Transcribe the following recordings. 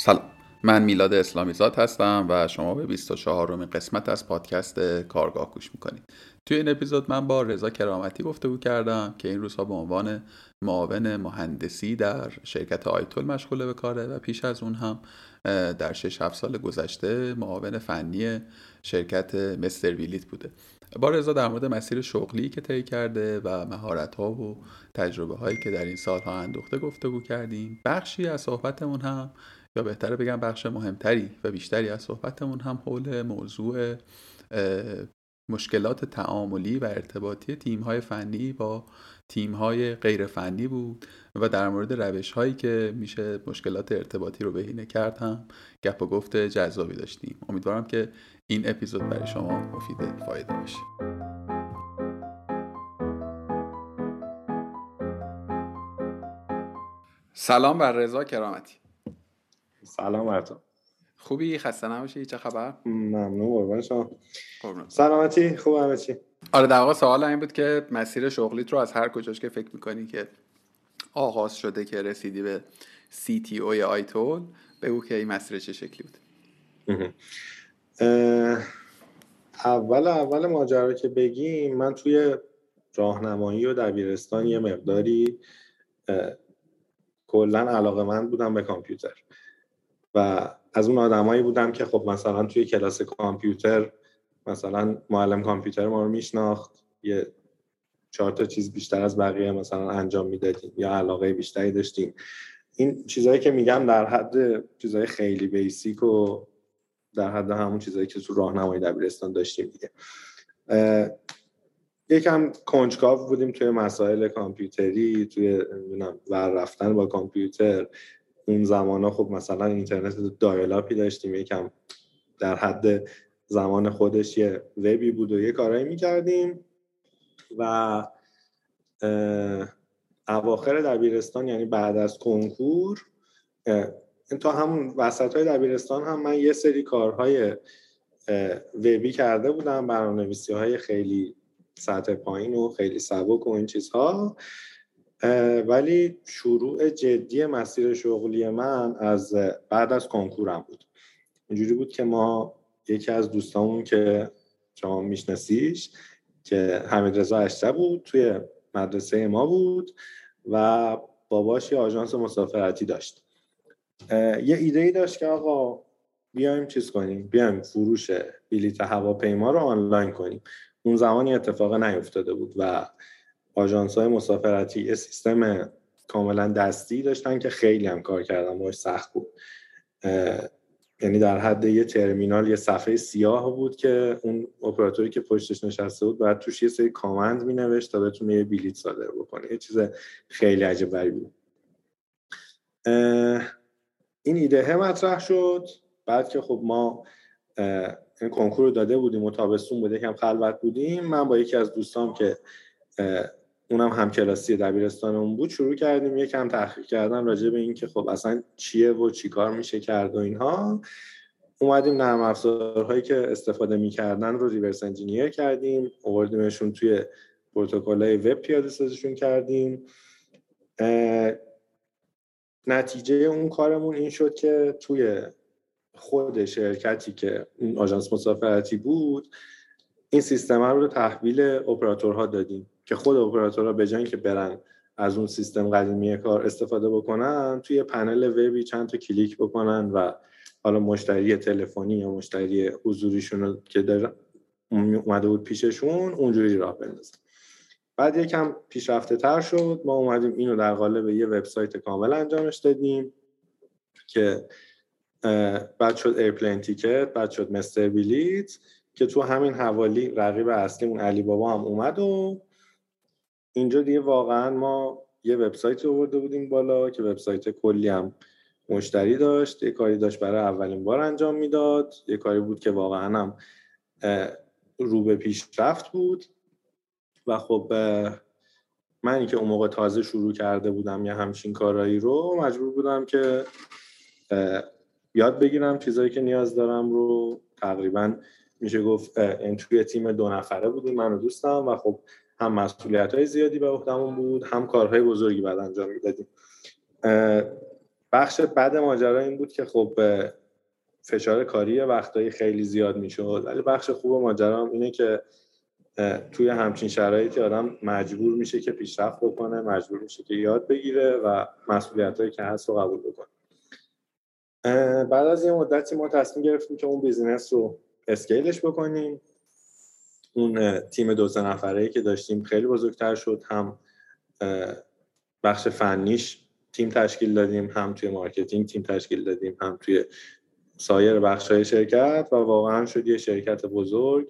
سلام، من میلاد اسلامی زاد هستم و شما به 24مین قسمت از پادکست کارگاه گوش میکنید. توی این اپیزود من با رضا کرامتی گفتگو کردم که این روزها به عنوان معاون مهندسی در شرکت آیتول مشغول به کاره و پیش از اون هم در 6-7 سال گذشته معاون فنی شرکت مستر ویلیت بوده. با رضا در مورد مسیر شغلی که طی کرده و مهارت‌ها و تجربه‌هایی که در این سال‌ها اندوخته گفتگو کردیم. بخشی از صحبتمون هم، یا بهتره بگم بخش مهمتری و بیشتری از صحبتمون هم حول موضوع مشکلات تعاملی و ارتباطی تیم‌های فنی با تیم‌های غیر فنی بود و در مورد روش‌هایی که میشه مشکلات ارتباطی رو بهینه کرد هم گپ و گفت جذابی داشتیم. امیدوارم که این اپیزود برای شما مفید فایده باشه. سلام بر رضا کرامتی. سلام براتون. خوبی؟ خسته نباشی؟ چه خبر؟ ممنون قربان شما. قربونت. سلامتی؟ خوب همه چی؟ آره، در واقع سوال این بود که مسیر شغلیت رو از هر کجاش که فکر میکنی که آغاز شده که رسیدی به CTO یا آیتول، بگو که این مسیر چه شکلی بود. اول ماجرا که بگیم، من توی راهنمایی و دبیرستان یه مقداری کلاً علاقه‌مند بودم به کامپیوتر و از اون آدمایی بودم که خب مثلا توی کلاس کامپیوتر مثلا معلم کامپیوتر ما رو میشناخت، یه 4 تا چیز بیشتر از بقیه مثلا انجام میدادیم یا علاقه بیشتری داشتیم. این چیزایی که میگم در حد چیزای خیلی بیسیک و در حد همون چیزایی که تو راهنمایی دبیرستان داشتیم دیگه. یکم کنجکاو بودیم توی مسائل کامپیوتری، توی ور رفتن با کامپیوتر. اون زمانا خب مثلا اینترنت دایل-اپی داشتیم، یکم در حد زمان خودش یه وبی بود و یه کارایی میکردیم و اواخر دبیرستان، یعنی بعد از کنکور، تا همون وسطای دبیرستان هم من یه سری کارهای وبی کرده بودم، برنامه‌نویسی‌های خیلی سطح پایین و خیلی سبک و این چیزها، ولی شروع جدی مسیر شغلی من از بعد از کنکورم بود. اینجوری بود که ما یکی از دوستامون که شما میشناسیش که حمیدرضا اشرف بود، توی مدرسه ما بود و باباش یه آژانس مسافرتی داشت. یه ایده‌ای داشت که آقا بیایم چیز کنیم، بیایم فروش بلیط هواپیما رو آنلاین کنیم. اون زمانی اتفاق نیفتاده بود و آژانس‌های مسافرتی یه سیستم کاملا دستی داشتن که خیلی هم کار کردن باهاش سخت بود. یعنی در حد یه ترمینال یه صفحه سیاه بود که اون اپراتوری که پشتش نشسته بود بعد توش یه سری کامند می‌نوشت تا بتونه یه بلیط صادر بکنه. یه چیز خیلی عجیب غریبی بود. این ایده مطرح شد. بعد که خب ما این کنکور رو داده بودیم و تابستون بود، یکم خلوت بودیم، من با یکی از دوستام که اونم همکلاسی دبیرستانمون بود شروع کردیم یکم تحقیق کردن راجع به این که خب اصلا چیه و چی کار میشه کرد و اینها. اومدیم نرم افزارهایی که استفاده میکردن رو ریورس انجینیر کردیم، آوردیمشون توی پروتکل‌های وب پیاده سازیشون کردیم. نتیجه اون کارمون این شد که توی خود شرکتی که اون آژانس مسافرتی بود، این سیستم رو تحویل اپراتورها دادیم که خود اپراتورها به جای اینکه برن از اون سیستم قدیمی کار استفاده بکنن، توی پنل وبی چند تا کلیک بکنن و حالا مشتری تلفنی یا مشتری حضوریشون رو که اومده بود پیششون اونجوری راه بندازن. بعد یکم پیشرفته تر شد، ما اومدیم اینو در قالب یه وبسایت کامل انجامش دادیم که بعد شد ایرپلین تیکت، بعد شد مستر ویلیت که تو همین حوالی رقیب اصلیمون علی بابا هم اومد و اینجا دیگه واقعا ما یه وبسایت آورده بودیم بالا که وبسایت کلی هم مشتری داشت، یه کاری داشت برای اولین بار انجام میداد، یه کاری بود که واقعا هم رو به پیشرفت بود و خب من که اون موقع تازه شروع کرده بودم یا همچین کارایی رو مجبور بودم که یاد بگیرم چیزایی که نیاز دارم رو. تقریبا میشه گفت این توی تیم 2 نفره بودیم، من و دوستم، و خب هم مسئولیت‌های زیادی به عهده‌مون بود، هم کارهای بزرگی بعد انجام میدادیم. بخش بد ماجرا این بود که خب فشار کاری وقتایی خیلی زیاد میشد، ولی بخش خوب ماجرا اینه که توی همچین شرایطی آدم مجبور میشه که پیشرفت بکنه، مجبور میشه که یاد بگیره و مسئولیتایی که هست رو قبول بکنه. بعد از یه مدتی ما تصمیم گرفتیم که اون بیزینس رو اسکیلش بکنیم. اون تیم 2-3 نفره‌ای که داشتیم خیلی بزرگتر شد، هم بخش فنیش تیم تشکیل دادیم، هم توی مارکتینگ تیم تشکیل دادیم، هم توی سایر بخش‌های شرکت و واقعا شد یه شرکت بزرگ.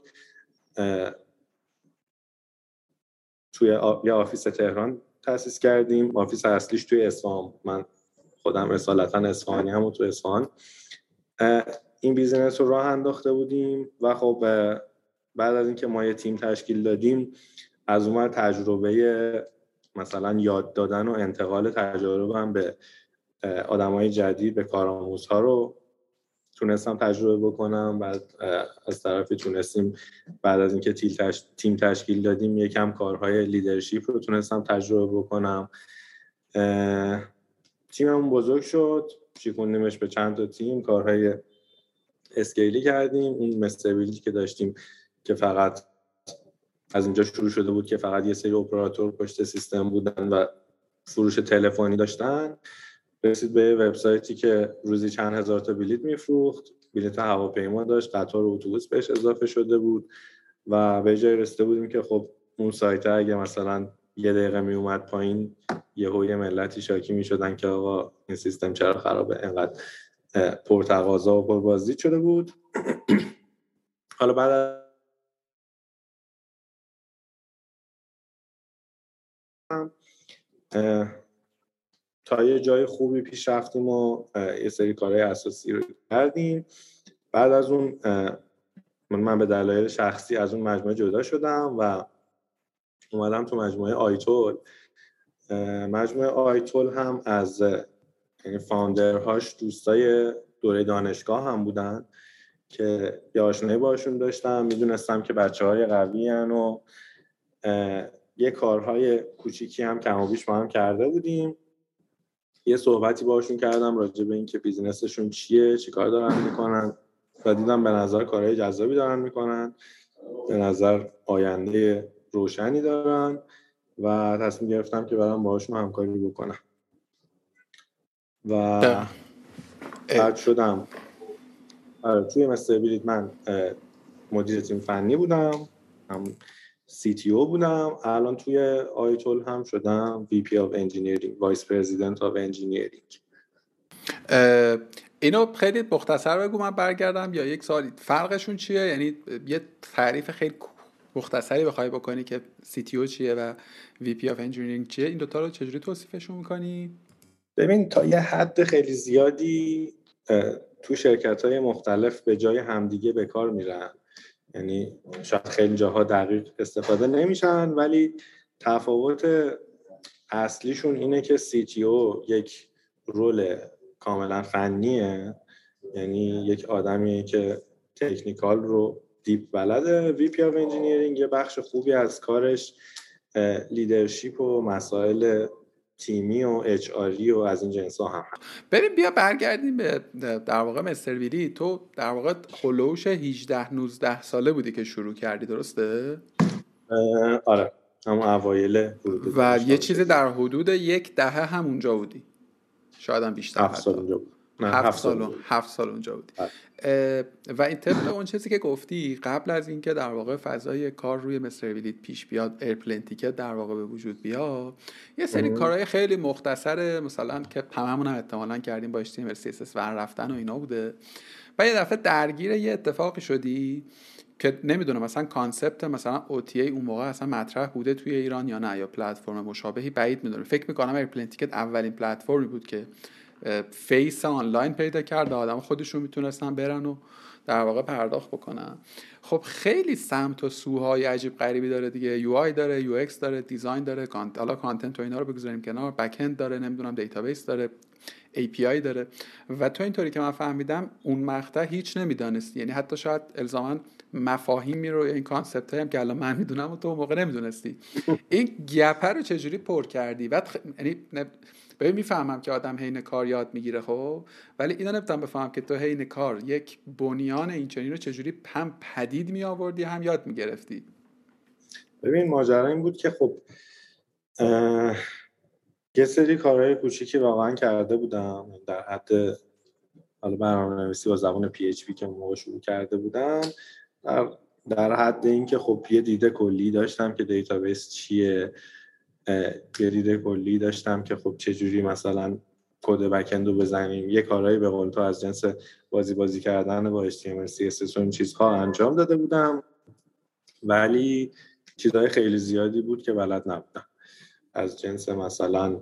توی یه آفیس تهران تأسیس کردیم، آفیس اصلیش توی اصفهان. من خودم اصالتا اصفهانی هم و تو اصفهان این بیزینس رو راه انداخته بودیم و خب بعد از اینکه ما یه تیم تشکیل دادیم، از اون تجربه مثلا یاد دادن و انتقال تجربه هم به آدمای جدید، به کارآموزها رو تونستم تجربه بکنم. بعد از طرفی تونستیم بعد از اینکه تیم تشکیل دادیم یکم کارهای لیدرشپ رو تونستم تجربه بکنم. تیممون بزرگ شد، شکوندیمش به چند تا تیم، کارهای اسکیلی کردیم. اون مستربیلیتی که داشتیم که فقط از اینجا شروع شده بود که فقط یه سری اپراتور پشت سیستم بودن و فروش تلفنی داشتن، رسید به وبسایتی که روزی چند هزار تا بلیت میفروخت، بلیت هواپیما داشت، قطار و اتوبوس بهش اضافه شده بود و به جای رسیده بودیم که خب اون سایت اگه مثلا یه دقیقه می اومد پایین، یه ملتی شاکی میشدن که آقا این سیستم چرا خرابه، اینقدر پرتقاضا و پربازدید شده بود. حالا بعد تا یه جای خوبی پیش رفتیم و یه سری کارهای اساسی رو کردیم. بعد از اون من به دلایل شخصی از اون مجموعه جدا شدم و اومدم تو مجموعه آیتول. مجموعه آیتول هم از یعنی فاوندرهاش دوستای دوره دانشگاه هم بودن که یه آشنایی باشون داشتم، میدونستم که بچه‌های قوی هن و یه کارهای کوچیکی هم کم و بیش با هم کرده بودیم. یه صحبتی باشون کردم راجع به این که بیزینسشون چیه، چی کار دارن میکنن و دیدم به نظر کارهای جذابی دارن میکنن، به نظر آینده روشنی دارن و تصمیم گرفتم که برام باهاشون همکاری بکنم و بعد شدم توی مستربیلیت من مدیر تیم فنی بودم، هم CTO بودم. الان توی آیتول هم شدم VP of Engineering، Vice President of Engineering. اینو خیلی مختصر بگو من برگردم، یا یک سوالی فرقشون چیه؟ یعنی یه تعریف خیلی مختصری بخوای بکنی که CTO چیه و VP of Engineering چیه، این دوتا رو چجوری توصیفشون میکنی؟ ببین تا یه حد خیلی زیادی تو شرکت‌های مختلف به جای همدیگه به کار میرن، یعنی شاید خیلی جاها دقیق استفاده نمیشن، ولی تفاوت اصلیشون اینه که CTO یک رول کاملا فنیه، یعنی یک آدمیه که تکنیکال رو دیپ بلده. VP of Engineering یه بخش خوبی از کارش لیدرشپ و مسائل تیمی و HRی و از این جنس ها هم. بریم بیا برگردیم به در واقع مستر ویلی. تو در واقع هلوش 18-19 ساله بودی که شروع کردی، درسته؟ آره، همون اوایل و یه چیزی در حدود 10 هم اونجا بودی، شاید هم بیشتر. 7 سال اونجا بود. 7 سال اونجا بودی. و این طبق اون چیزی که گفتی، قبل از اینکه در واقع فضای کار روی مستر ویلیت پیش بیاد، ایرپلین تیکت در واقع به وجود بیاد، یه سری کارهای خیلی مختصر مثلا که هممون هم احتمالاً کردیم با HTML CSS ور رفتن و اینا بوده، و یه دفعه درگیر یه اتفاقی شدی که نمیدونم مثلا کانسپت مثلا OTA اون موقع اصلا مطرح بوده توی ایران یا نه، یا پلتفرم مشابهی، بعید میدونم. فکر میکنم ایرپلین تیکت اولین پلتفرمی بود که فیس آنلاین پیدا کرد، آدم خودشون میتونستن برن و در واقع پرداخت بکنن. خب خیلی سمت و سوهای عجیب غریبی داره دیگه، UI داره، UX داره، دیزاین داره، حالا کانتنت و اینا رو بگذاریم کنار، بک اند داره، نمیدونم دیتابیس داره، API داره و تو اینطوری که من فهمیدم اون مقطع هیچ نمیدانستی، یعنی حتی شاید الزاما مفاهیمی رو یا این کانسپت هم که الان من میدونم و تو موقع نمیدونستی. این گپ رو چجوری پر کردی؟ یعنی ببین میفهمم که آدم حین کار یاد میگیره خب، ولی اینا نمیتونم بفهمم که تو حین کار یک بنیان این چنین رو چجوری هم پدید می آوردی هم یاد میگرفتی. ببین ماجرا این بود که خب یه سری کارهای کوچیکی واقعا کرده بودم در حد حالا برنامه‌نویسی با زبان PHP که اون موقع شروع کرده بودم، در حد این که خب یه دیده کلی داشتم که دیتابیس چیه، یه دیده کلی داشتم که خب چجوری مثلا کد بک‌اند رو بزنیم، یه کارهایی به قول تو از جنس بازی کردن با HTML CSS و این چیزها انجام داده بودم، ولی چیزهای خیلی زیادی بود که بلد نبودم، از جنس مثلا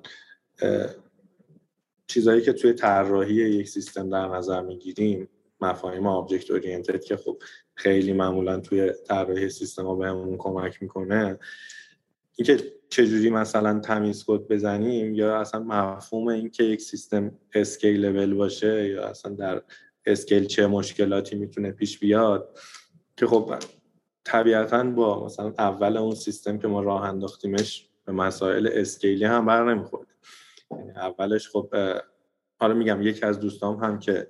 چیزایی که توی طراحی یک سیستم در نظر میگیریم، مفاهیم آبجکت اورینتد که خب خیلی معمولا توی طراحی سیستم‌ها بهمون کمک میکنه، اینکه چجوری مثلا تمیز کد بزنیم یا اصلا مفهوم این که یک سیستم اسکیلبل باشه یا اصلا در اسکیل چه مشکلاتی میتونه پیش بیاد که خب طبیعتاً با مثلا اول اون سیستم که ما راه انداختیمش به مسائل اسکیلی هم بر نمیخورد. یعنی اولش خب حالا میگم یکی از دوستام هم که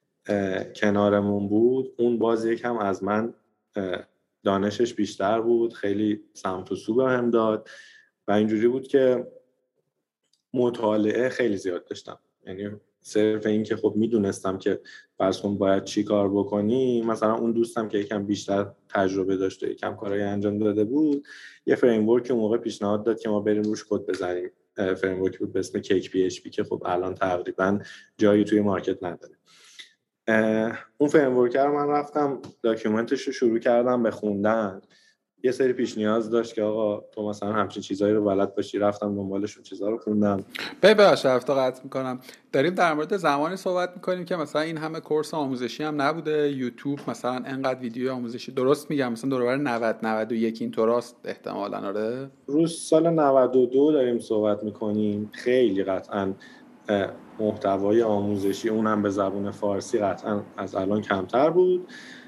کنارمون بود اون باز یکم از من دانشش بیشتر بود، خیلی سمت و سو بهم داد و اینجوری بود که مطالعه خیلی زیاد داشتم. یعنی صرف این که خب میدونستم که فرض کن باید چی کار بکنی، مثلا اون دوستم که یکم بیشتر تجربه داشته یکم کارهای انجام داده بود یه فریم ورک اون موقع پیشنهاد داد که ما بریم روش کد بزنیم، فریم ورک بود به اسم کیک پی اچ پی که خب الان تقریبا جایی توی مارکت نداره. اون فریم ورک رو من رفتم داکیومنتش رو شروع کردم به خوندن، یه سری پیش نیاز داشت که آقا تو مثلا همچین چیزایی رو بلد باشی، رفتم دنبالش اون چیزا رو خوندم. ببخشید رفتا قطع میکنم، داریم در مورد زمانی صحبت میکنیم که مثلا این همه کورس آموزشی هم نبوده، یوتیوب مثلا انقدر ویدیو آموزشی، درست میگم مثلا دور و بر 90 91 اینطوراست احتمالاً؟ آره روز سال 92 داریم صحبت میکنیم، خیلی قطعاً محتوای آموزشی اونم به زبان فارسی قطعاً از الان کمتر بود،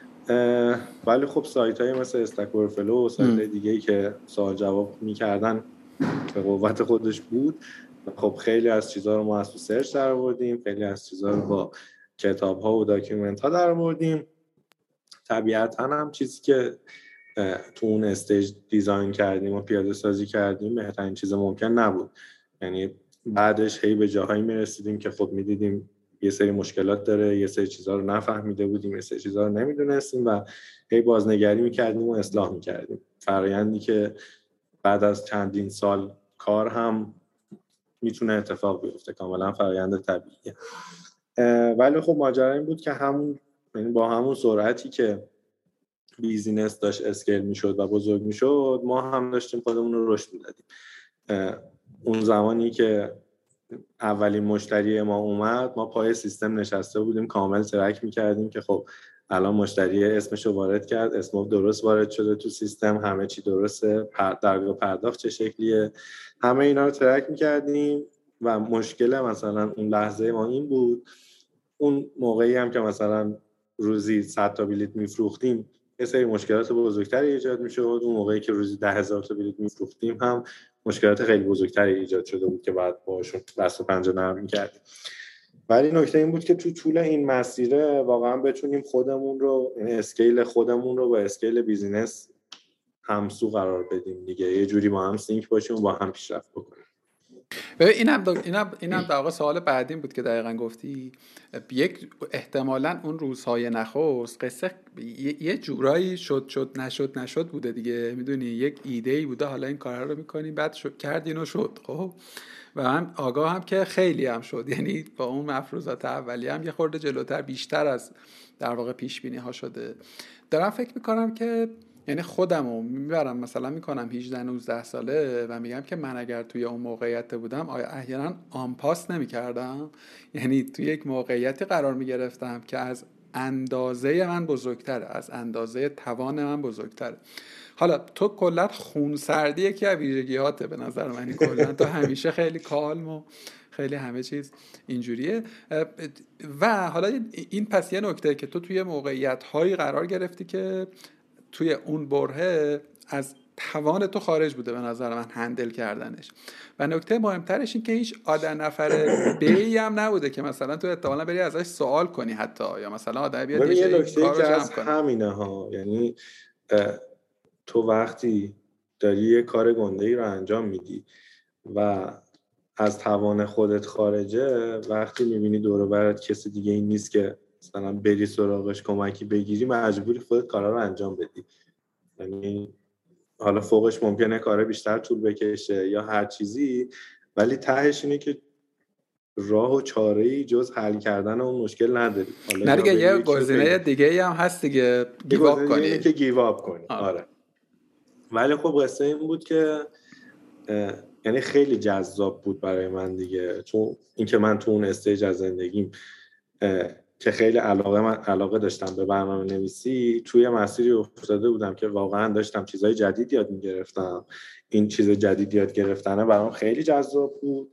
ولی خب سایت‌های مثل استک اورفلو و سایت‌های دیگه‌ای که سوال جواب می‌کردن به قوت خودش بود. خب خیلی از چیزها رو ما از تو سرچ در آوردیم، خیلی از چیزها رو با کتاب‌ها و داکیومنت‌ها در آوردیم. طبیعتاً هم چیزی که تو اون استیج دیزاین کردیم و پیاده سازی کردیم بهترین چیز ممکن نبود. یعنی بعدش هی به جاهایی می‌رسیدیم که خب می‌دیدیم یه سری مشکلات داره، یه سری چیزا رو نفهمیده بودیم، یه سری چیزا رو نمیدونستیم و هی بازنگری می‌کردیم و اصلاح می‌کردیم. فرآیندی که بعد از چندین سال کار هم میتونه اتفاق بیفته، کاملا فرآیند طبیعیه. ولی خب ماجرا این بود که یعنی با همون سرعتی که بیزینس داشت اسکیل میشد و بزرگ میشد ما هم داشتیم خودمون رو رشد میدادیم. اون زمانی که اولین مشتری ما اومد ما پای سیستم نشسته بودیم کامل ترک میکردیم که خب الان مشتری اسمشو وارد کرد، اسم درست وارد شده تو سیستم، همه چی درسته، درگاه پرداخت چه شکلیه، همه اینا رو ترک میکردیم و مشکل مثلا اون لحظه ما این بود، اون موقعی هم که مثلا روزی 100 تا بلیت میفروختیم یه سری مشکلات بزرگتری ایجاد میشد، اون موقعی که روزی 10,000 تا بلیت میفروختیم هم مشکلات خیلی بزرگتری ایجاد شده بود که بعد باشون دست و پنجه نرم می‌کردیم. ولی نکته این بود که تو طول این مسیر واقعا بتونیم خودمون رو، اسکیل خودمون رو با اسکیل بیزینس همسو قرار بدیم دیگه، یه جوری با هم سینک باشیم و با هم پیشرفت بکنیم. اینم در واقع سوال بعدین بود که دقیقاً گفتی. یک احتمالاً اون روزهای نخست قصه یه جورایی شد نشد بوده دیگه، میدونی یک ایده‌ای بوده حالا این کارا رو می‌کنیم بعد کردین و شد. خب و من آگاه هم که خیلی هم شد، یعنی با اون مفروضات اولیه هم یه خورده جلوتر بیشتر از در واقع پیش بینی ها شده. دارم فکر می‌کنم که یعنی خودمو میبرم مثلا میکنم 18-19 ساله و میگم که من اگر توی اون موقعیت بودم آیا احیانا آنپاس نمیکردم، یعنی توی یک موقعیتی قرار میگرفتم که از اندازه من بزرگتره، از اندازه توان من بزرگتره. حالا تو کلا خونسردی یکی از ویژگیاته به نظر من، کلا تو همیشه خیلی کالم و خیلی همه چیز اینجوریه. و حالا این پس یه نکته که تو توی موقعیت‌هایی قرار گرفتی که توی اون برهه از توان تو خارج بوده به نظر من هندل کردنش. و نکته مهمترش این که هیچ نفر بی‌ای هم نبوده که مثلا تو احتمالاً بری ازش سوال کنی حتی، یا مثلا آدم بیاد یه نکته که از همینه ها، یعنی تو وقتی داری یه کار گنده‌ای رو انجام میدی و از توان خودت خارجه، وقتی میبینی دور و برت کسی دیگه این نیست که مثلا بری سراغش کمکی بگیری، مجبوری خودت کارا رو انجام بدی. یعنی حالا فوقش ممکنه کارا بیشتر طول بکشه یا هر چیزی، ولی تهش اینه که راه و چاره‌ای جز حل کردن اون مشکل نداری. نه دیگه یه گزینه دیگه هم هست دیگه، گیو اپ کنی. اینه که گیو اپ کنی. آره. ولی خب قصه این بود که یعنی خیلی جذاب بود برای من دیگه، چون اینکه من تو اون استیج از زندگیم که خیلی علاقه داشتم به برنامه نویسی، توی مسیری افتاده بودم که واقعا داشتم چیزای جدید یاد میگرفتم. این چیز جدید یاد گرفتنه برام خیلی جذاب بود.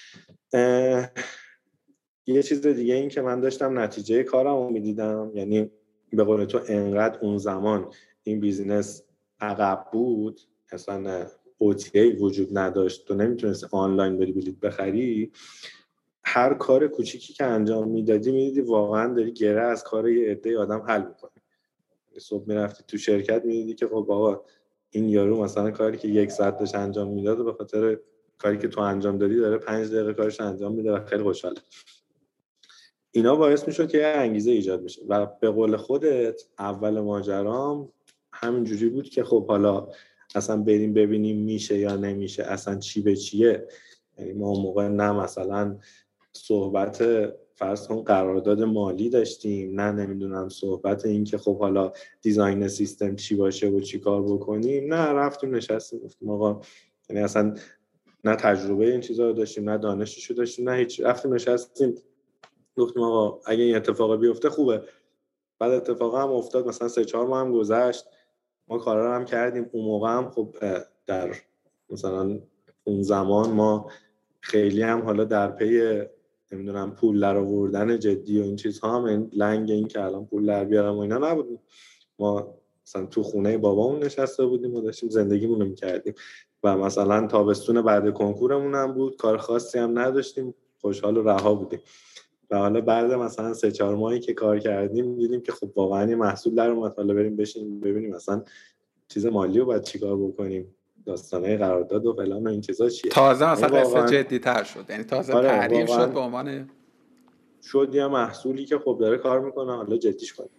یه چیز دیگه این که من داشتم نتیجه کارمو میدیدم، یعنی به قول تو انقدر اون زمان این بیزینس عقب بود، اصلا OTA وجود نداشت، تو نمیتونستی آنلاین بری بلیط بخری. هر کار کوچیکی که انجام میدیدی واقعا داری گره از کار یه عده آدم حل میکنی. صبح میرفتی تو شرکت میدیدی که خب آقا این یارو مثلا کاری که 1 ساعت داشت انجام میداد به خاطر کاری که تو انجام دادی داره 5 دقیقه کارش انجام میده و خیلی خوشحاله. اینا باعث میشد که انگیزه ایجاد بشه. و به قول خودت اول ماجرام همینجوری بود که خب حالا اصلا بریم ببینیم میشه یا نمیشه، اصلا چی به چیه. یعنی ما اون موقع نه مثلا صحبت فرض کن قرارداد مالی داشتیم، نه نمیدونم صحبت این که خب حالا دیزاین سیستم چی باشه و چی کار بکنیم، نه رفتیم نشستیم گفتیم آقا، یعنی اصلا نه تجربه این چیزا رو داشتیم نه دانششو داشتیم نه هیچ، رفتیم نشستیم گفتیم آقا اگه این اتفاق بیفته خوبه. بعد اتفاق هم افتاد، مثلا 3-4 ماه هم گذشت، ما کارا رو هم کردیم. اون موقع هم خب در مثلا اون زمان ما خیلی هم حالا در پی نمیدونم پول در آوردن جدی و این چیزها هم این لنگ این که الان پول در بیارم و اینا نبودیم. ما مثلا تو خونه بابامون نشسته بودیم و داشتیم زندگیمون رو می‌کردیم و مثلا تابستون بعد کنکورمون هم بود، کار خاصی هم نداشتیم، خوشحال و رها بودیم. و حالا بعد مثلا 3-4 ماهی که کار کردیم دیدیم که خب واقعا یه محصول در اومد، حالا بریم بشینیم ببینیم مثلا چیز مالی رو باید چیکار بکنیم، داستانه قرارداد و فلان و این چیزا چیه. تازه مثلا قصه جدی‌تر شد، یعنی تازه تعریف شد به عنوان شد یه محصولی که خب داره کار میکنه، حالا جدیش کنیم.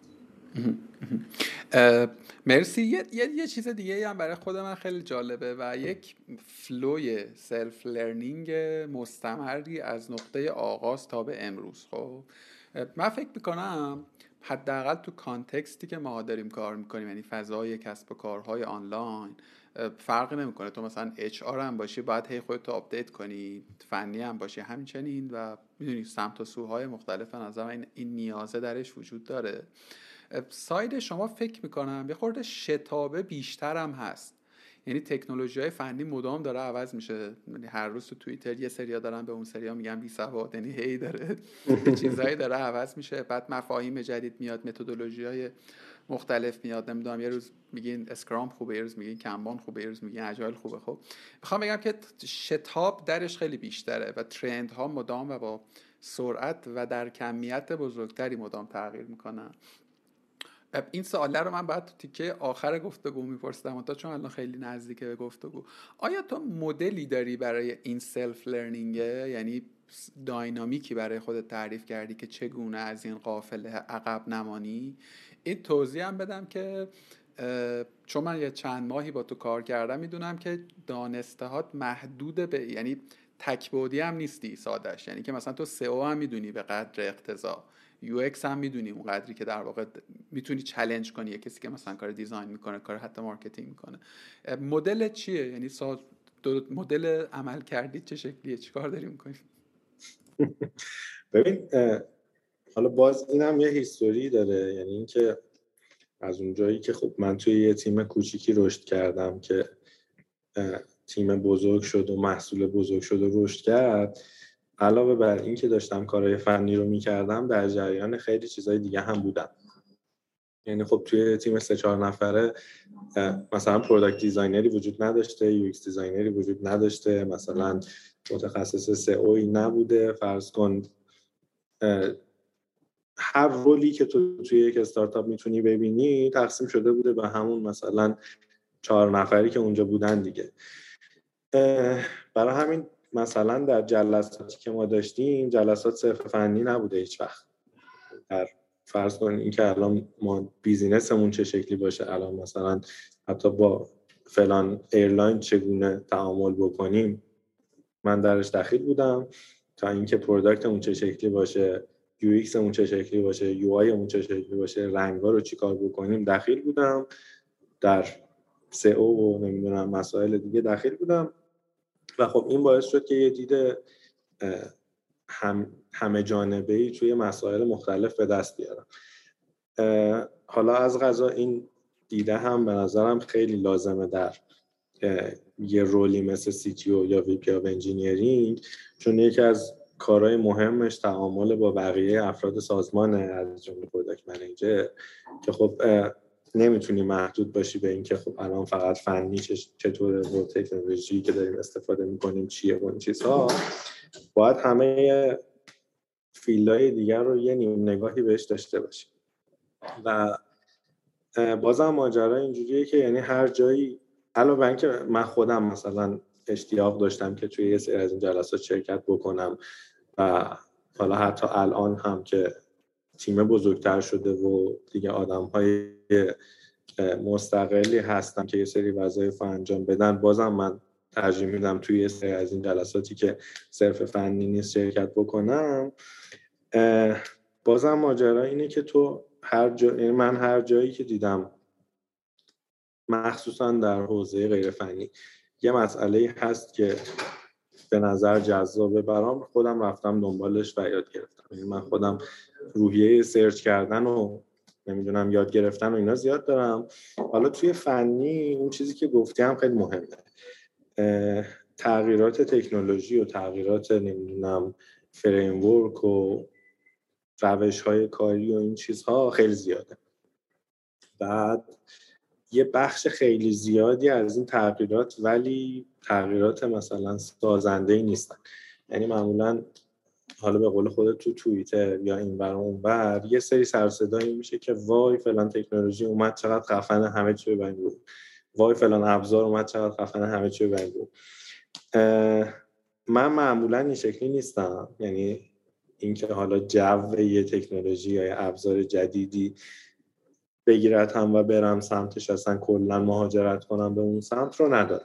مرسی. یه چیز دیگه هم برای خود من خیلی جالبه و یک فلوی سلف لرنینگ مستمری از نقطه آغاز تا به امروز. خب من فکر میکنم حداقل تو کانتکستی که ما داریم کار میکنیم، یعنی فضای کسب و کارهای آنلاین، فرقی نمیکنه تو مثلا HR هم باشی باید هی خودت رو آپدیت کنی، فنی هم باشی همچنین، و میدونی سمت و سوهای مختلف نظر این نیازه درش وجود داره. ساید شما فکر میکنم یه خورده شتابه بیشتر هم هست، یعنی تکنولوژی‌های فنی مدام داره عوض میشه. یعنی هر روز تو توییتر یه سریا دارن به اون سریا میگن بی سواد، یعنی هی داره چیزایی داره عوض میشه، بعد مفاهیم جدید میاد، متدولوژی‌های مختلف میاد، نمیدونم یه روز میگین اسکرام خوبه، یه روز میگین کنبان خوبه، یه روز میگین اجایل خوبه. خب میخوام بگم که شتاب درش خیلی بیشتره و ترندها مدام و با سرعت و در کمیت بزرگتری مدام تغییر میکنن. این سواله رو من باید تو تیکه آخر گفتگو میپرسیدم تا چون الان خیلی نزدیکه به گفتگو. آیا تو مدلی داری برای این سلف لرنینگه، یعنی داینامیکی برای خودت تعریف کردی که چگونه از این قافله عقب نمانی؟ این توضیح هم بدم که چون من یه چند ماهی با تو کار کردم میدونم که دانستهات محدود به، یعنی تکبودی هم نیستی سادش، یعنی که مثلا تو SEO هم میدونی به قدر اقتضا، UX هم میدونی اون قدری که در واقع میتونی چالش کنی یه کسی که مثلا کار دیزاین میکنه، کار حتی مارکتینگ میکنه. مدل چیه؟ یعنی مدل عمل کردی چه شکلیه؟ چیکار داری میکنی؟ ببین حالا باز اینم یه هیستوری داره، یعنی اینکه از اونجایی که خب من توی یه تیم کوچیکی رشد کردم که تیم بزرگ شد و محصول بزرگ شد و رشد کرد، علاوه بر این که داشتم کارهای فنی رو میکردم، در جریان خیلی چیزهای دیگه هم بودم. یعنی خب توی تیم 3-4 نفره مثلا پروداکت دیزاینری وجود نداشته، یو ایکس دیزاینری وجود نداشته، مثلا متخصص سئو نبوده. فرض کن هر رولی که تو توی یک استارتاپ میتونی ببینی تقسیم شده بوده به همون مثلا 4 نفری که اونجا بودن دیگه. برای همین مثلا در جلساتی که ما داشتیم، جلسات صرف فنی نبوده هیچ وقت. در فرض کن این که الان ما بیزینسمون چه شکلی باشه، الان مثلا حتی با فلان ایرلاین چگونه تعامل بکنیم، من درش دخیل بودم. تا اینکه پروداکتمون چه شکلی باشه، یو ایکسمون چه شکلی باشه، یو آیمون چه شکلی باشه، رنگ‌ها رو چیکار بکنیم دخیل بودم. در سئو و نمیدونم مسائل دیگه دخیل بودم و خب این باعث شد که یه دید همه جانبه‌ای توی مسائل مختلف به دست بیارم. حالا از قضا این دیده هم به نظرم خیلی لازمه در یه رولی مثل CTO یا VP of Engineering، چون یکی از کارهای مهمش تعامل با بقیه افراد سازمانه، از جمله پروداکت منیجر، که خب نمیتونی محدود باشی به این که خب الان فقط فنی چطوره و تکنولوژی که داریم استفاده میکنیم چیه و این چیزها. باید همه فیلدهای دیگر رو یه نیم نگاهی بهش داشته باشی. و بازم ماجرا اینجوریه که یعنی هر جایی، علاوه بر اینکه من خودم مثلا اشتیاق داشتم که توی یه سری از این جلسات شرکت بکنم و حالا حتی الان هم که تیم بزرگتر شده و دیگه آدم‌های مستقلی هستن که یه سری وظایف انجام بدن، بازم من ترجیح میدم توی یه سری از این جلساتی که صرف فنی نیست شرکت بکنم. بازم ماجرا اینه که تو من هر جایی که دیدم، مخصوصا در حوزه غیر فنی، یه مسئله هست که به نظر جذابه برام، خودم رفتم دنبالش و یاد گرفتم. یعنی من خودم روحیه سرچ کردن و نمیدونم یاد گرفتن و اینا زیاد دارم. حالا توی فنی اون چیزی که گفتم خیلی مهمه، تغییرات تکنولوژی و تغییرات نمیدونم فریم ورک و روش‌های کاری و این چیزها خیلی زیاده. بعد یه بخش خیلی زیادی از این تغییرات ولی تغییرات مثلا سازنده‌ای نیستن. یعنی معمولاً حالا به قول خودت تو توییتر یا اینور اونور یه سری سر صدایی میشه که وای فلان تکنولوژی اومد چقدر خفنه همه چی ببریم رو، وای فلان ابزار اومد چقدر خفنه همه چی ببریم رو. من معمولاً این شکلی نیستم. یعنی اینکه حالا جو یه تکنولوژی یا ابزار جدیدی بگیرد هم و برم سمتش، اصلا کلا مهاجرت کنم به اون سمت رو ندارم.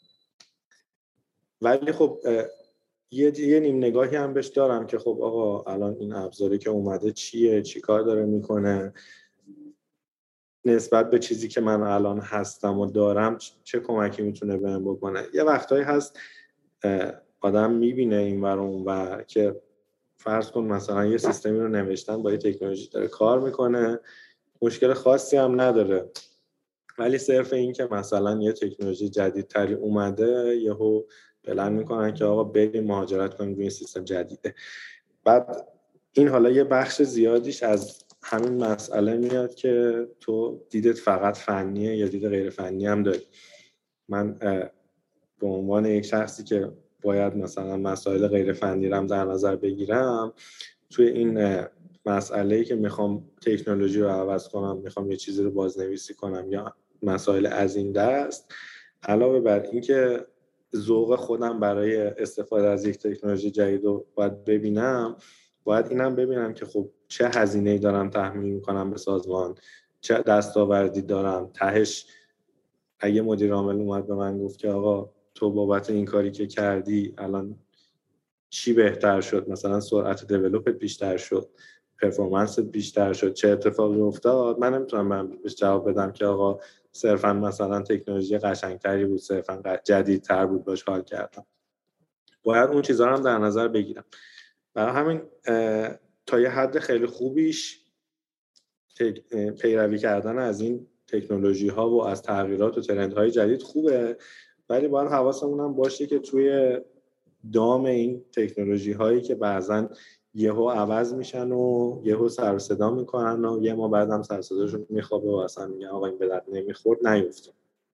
ولی خب یه نیم نگاهی هم بهش دارم که خب آقا الان این ابزاری که اومده چیه، چی کار داره میکنه، نسبت به چیزی که من الان هستم و دارم چه کمکی میتونه بهم بکنه. یه وقتایی هست آدم میبینه این ور اون ور که فرض کن مثلا یه سیستمی رو نوشتن با یه تکنولوژی داره کار میکنه، مشکل خاصی هم نداره، ولی صرف این که مثلا یه تکنولوژی جدیدتری اومده یهو پلن میکنن که آقا بریم مهاجرت کنیم روی سیستم جدیده. بعد این حالا یه بخش زیادیش از همین مسئله میاد که تو دیدت فقط فنیه یا دید غیر فنی هم داری. من به عنوان یک شخصی که باید مثلا مسائل غیر فنی رو هم در نظر بگیرم، توی این مسئله‌ای که میخوام تکنولوژی رو عوض کنم، میخوام یه چیزی رو بازنویسی کنم یا مسائل از این دست، علاوه بر این که ذوق خودم برای استفاده از یک تکنولوژی جدید رو باید ببینم، باید اینم ببینم که خب چه هزینه‌ای دارم تحمیل میکنم به سازمان، چه دستاوردی دارم تهش. اگه مدیر عامل اومد به من گفت که آقا تو بابت این کاری که کردی الان چی بهتر شد، مثلا سرعت دیولپت بیشتر شد، پرفورمنست بیشتر شد، چه اتفاقی افتاد، من نمیتونم بهش جواب بدم که آقا صرفا مثلا تکنولوژی قشنگتری بود، صرفا جدیدتر بود باش حال کردم. باید اون چیزا رو هم در نظر بگیرم. برای همین تا یه حد خیلی خوبیش پیروی کردن از این تکنولوژی ها و از تغییرات و ترندهای جدید خوبه، ولی باید حواسمون هم باشه که توی دام این تکنولوژی هایی که بعضن یهو عوض میشن و یهو سر و صدا میکنن و یه ما بعدم سر و صداشون میخوابه و اصلا میگن آقا این به درد نمیخورد، نیفتون.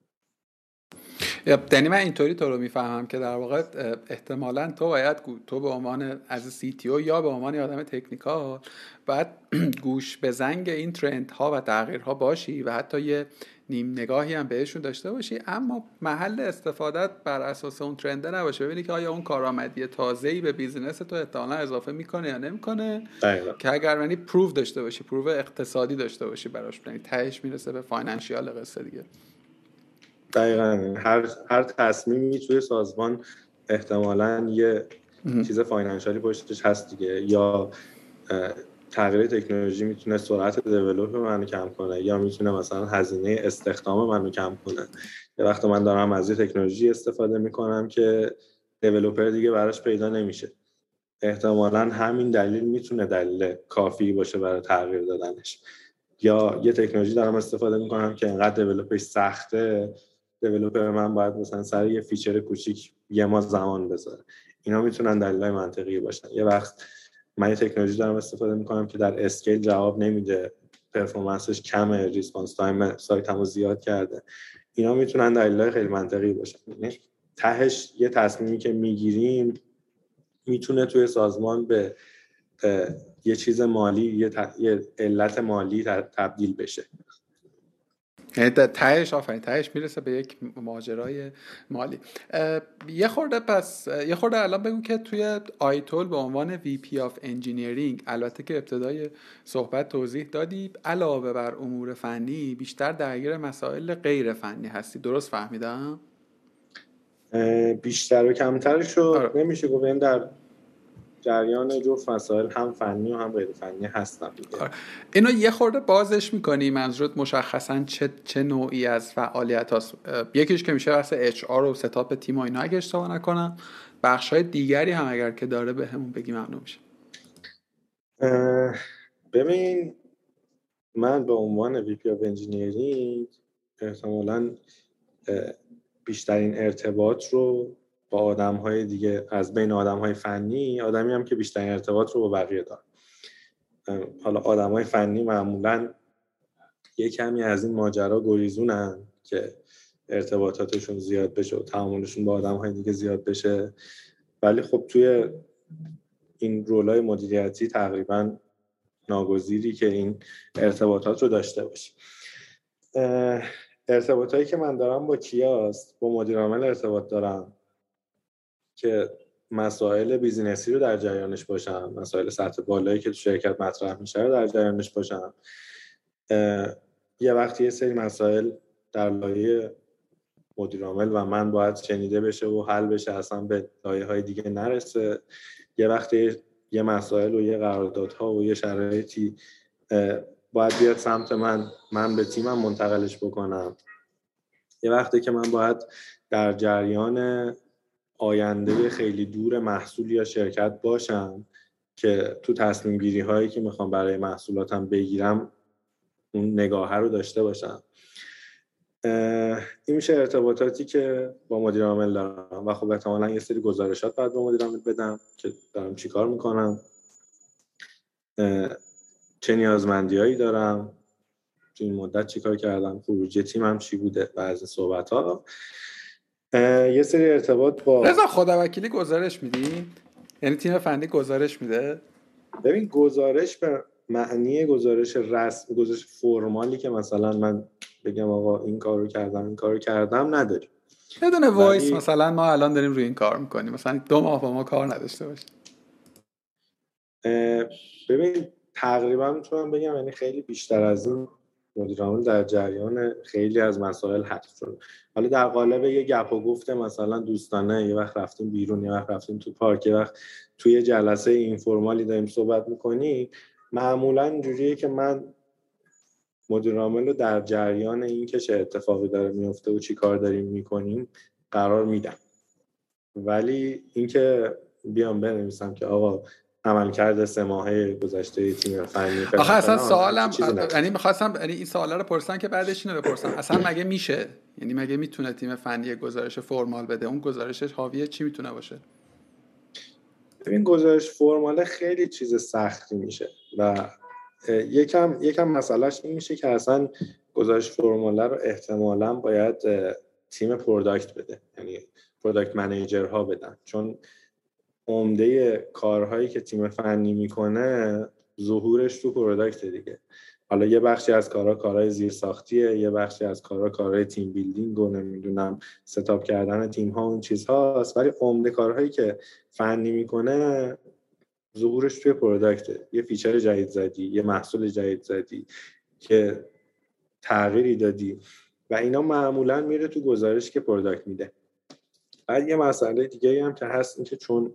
یعنی من اینطوری تو رو میفهمم که در واقع احتمالاً تو به عنوان از سی تی او یا به عنوان آدم تکنیکال باید گوش به زنگ این ترند ها و تغییرها باشی و حتی یه نیم نگاهی هم بهشون داشته باشی، اما محل استفادت بر اساس اون ترند نباشه. ببینی که آیا اون کارآمدی تازه‌ای به بیزینس تو احتمالاً اضافه میکنه یا نمیکنه، که اگر یعنی پروف داشته باشی، پروف اقتصادی داشته باشی براش، یعنی تهش میرسه به فاینانشیال قصه دیگه. دقیقاً هر تصمیمی توی سازمان احتمالاً یه چیز فاینانشالی پشتش هست دیگه. یا تغییر تکنولوژی میتونه سرعت دیولپ منو کم کنه، یا میتونه مثلا هزینه استخدام منو کم کنه. یه وقت من دارم از یه تکنولوژی استفاده میکنم که دیولپر دیگه براش پیدا نمیشه، احتمالاً همین دلیل میتونه دلیل کافی باشه برای تغییر دادنش. یا یه تکنولوژی دارم استفاده میکنم که انقدر دیولپش سخته، دیولپر من باید مثلا سر یه فیچر کوچیک یه ماه زمان بذاره. اینا میتونن دلایل منطقی باشن. یه وقت من یه تکنولوژی دارم استفاده میکنم که در اسکیل جواب نمیده، پرفورمنسش کمه، ریسپانس تایم سایتمو زیاد کرده. اینا میتونن دلایل خیلی منطقی باشن. یعنی تهش یه تصمیمی که میگیریم میتونه توی سازمان به یه چیز مالی، یه علت مالی تبدیل بشه. یعنی تهش میرسه به یک ماجرای مالی. یه خورده الان بگو که توی آیتول به عنوان VP of Engineering، البته که ابتدای صحبت توضیح دادی، علاوه بر امور فنی بیشتر درگیر مسائل غیر فنی هستی، درست فهمیدم؟ بیشتر و کمترشو نمیشه گفت، این در جریان جفت مسائل هم فنی و هم غیر فنی هستم دیگه. اینو یه خورده بازش میکنی؟ منظورت مشخصا چه نوعی از فعالیت هست؟ یکیش که میشه بحث HR و ستاپ تیم و اینا اگه اشتباه نکنم، بخشای دیگری هم اگر که داره به همون بگی ممنون میشه. ببین، من به عنوان VP of Engineering احتمالاً بیشترین ارتباط رو با آدم‌های دیگه از بین آدم‌های فنی، آدمی هم که بیشترین ارتباط رو با بقیه دارم. حالا آدم‌های فنی معمولاً یه کمی از این ماجرا گریزونن که ارتباطاتشون زیاد بشه و تعاملشون با آدم‌های دیگه زیاد بشه، ولی خب توی این رولای مدیریتی تقریباً ناگزیری که این ارتباطات رو داشته باشی. ارتباطایی که من دارم با کیاست؟ با مدیر عامل ارتباط دارم که مسائل بیزینسی رو در جریانش باشم، مسائل سطح بالایی که تو شرکت مطرح میشه رو در جریانش باشم. یه وقتی یه سری مسائل در لایه مدیر عامل و من باید شنیده بشه و حل بشه، اصلا به لایه‌های دیگه نرسه. یه وقتی یه مسائل و یه قراردادها و یه شرایطی باید بیاد سمت من به تیمم منتقلش بکنم. یه وقتی که من باید در جریان آینده خیلی دور محصول یا شرکت باشم که تو تصمیم گیری هایی که میخوام برای محصولاتم بگیرم اون نگاه رو داشته باشم. این میشه ارتباطاتی که با مدیر عامل دارم و خب احتمالاً یه سری گزارشات باید به مدیر عامل بدم که دارم چی کار میکنم، چه نیازمندیایی دارم، تو این مدت چی کار کردم، خروجی تیمم چی بوده و از صحبت ها. یه سری ارتباط با رضا خداوکیلی گزارش میدی؟ یعنی تیم فنی گزارش میده؟ ببین، گزارش به معنی گزارش رسم، گزارش فرمالی که مثلا من بگم آقا این کارو کردم نداریم. یه دونه وایس مثلا ما الان داریم روی این کار میکنیم، مثلا 2 ماه با ما کار نداشته باشه. ببین تقریبا میتونم بگم یعنی خیلی بیشتر از این مدیر عامل در جریان خیلی از مسائل هست. چون حالا در قالب یه گپ و گفت مثلا دوستانه، یه وقت رفتیم بیرون، یه وقت رفتیم تو پارک، یه وقت توی جلسه اینفورمالی داریم صحبت میکنی، معمولا اینجوریه که من مدیر عامل رو در جریان این که چه اتفاقی داره میفته و چی کار داریم میکنیم قرار میدم. ولی اینکه بیام بنویسم که آقا عملکرد 3 ماهه گذشته تیم فنی فلان، آخه اصلا سوالم یعنی می‌خواستم این سوالا رو پرسن که بعدش اینو بپرسم، اصلا مگه میشه، یعنی مگه میتونه تیم فنی گزارش فرمال بده؟ اون گزارشش حاوی چی میتونه باشه؟ ببین گزارش فرماله خیلی چیز سختی میشه و یکم مسئلهش این میشه که اصلا گزارش فرماله رو احتمالاً باید تیم پروداکت بده، یعنی پروداکت منیجرها بدن، چون عمده کارهایی که تیم فنی میکنه ظهورش تو پروداکت دیگه. حالا یه بخشی از کارهای زیرساختیه، یه بخشی از کارهای تیم بیلدینگ و نمیدونم ستاپ کردن تیم ها اون چیزهاست، ولی عمده کارهایی که فنی میکنه ظهورش توی پروداکته. یه فیچر جدید زدی، یه محصول جدید زدی که تغییری دادی و اینا معمولا میره تو گزارش که پروداکت میده. بعد یه مسئله دیگه هم که هست این که چون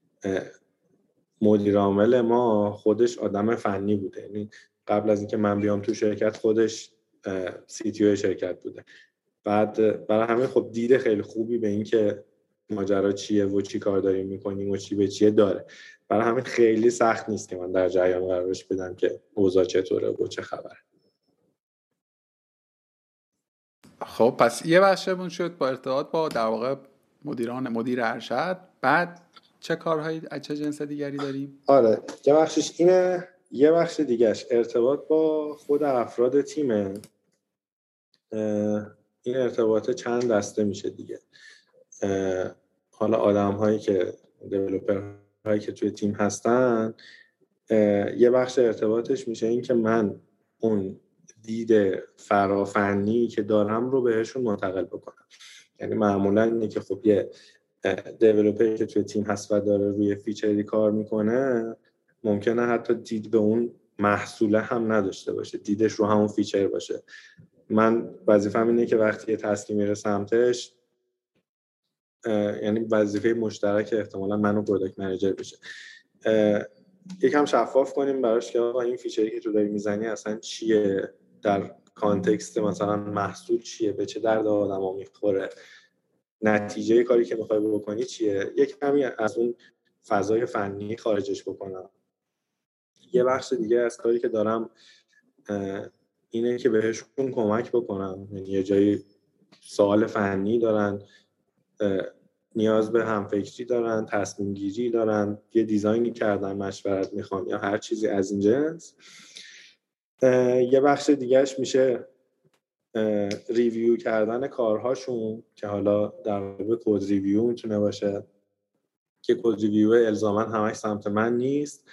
مدیر عامل ما خودش آدم فنی بوده، یعنی قبل از اینکه من بیام تو شرکت خودش CTO شرکت بوده، بعد برای همین خب دید خیلی خوبی به این که ماجرا چیه و چی کار داریم میکنیم و چی به چیه داره. برای همین خیلی سخت نیست که من در جریان قرارش بدم که اوضاع چطوره و چه خبره. خب پس یه بخشمون شد با ارتباط با در واقع مدیر ارشد. بعد چه کارهایی چه جنس دیگری داریم؟ آره یه بخشش اینه، یه بخش دیگهش ارتباط با خود افراد تیمه. این ارتباط چند دسته میشه دیگه. حالا آدم هایی که دیولپر هایی که توی تیم هستن، یه بخش ارتباطش میشه این که من اون دید فرافنی که دارم رو بهشون منتقل بکنم. یعنی معمولا اینه که خب یه دیولپری که توی تیم هست و داره روی فیچری کار میکنه ممکنه حتی دید به اون محصوله هم نداشته باشه، دیدش رو همون فیچر باشه. من وظیفه‌م اینه که وقتی یه تسکی میره سمتش، یعنی وظیفه مشترک احتمالاً من و پروداکت منیجر بشه، یکم شفاف کنیم براش که آقا این فیچری که تو داری میزنی اصلا چیه، در کانتکست مثلا محصول چیه، به چه درد آدما میخوره، نتیجه کاری که میخوای بکنی چیه، یک کمی از اون فضای فنی خارجش بکنم. یه بخش دیگه از کاری که دارم اینه که بهشون کمک بکنم، یعنی یه جایی سوال فنی دارن، نیاز به همفکری دارن، تصمیم گیری دارن، یه دیزاینی کردن مشورت میخوان یا هر چیزی از این جنس. یه بخش دیگهش میشه ریویو کردن کارهاشون که حالا در واقع کد ریویو میتونه باشه که کد ریویو الزاما همش سمت من نیست.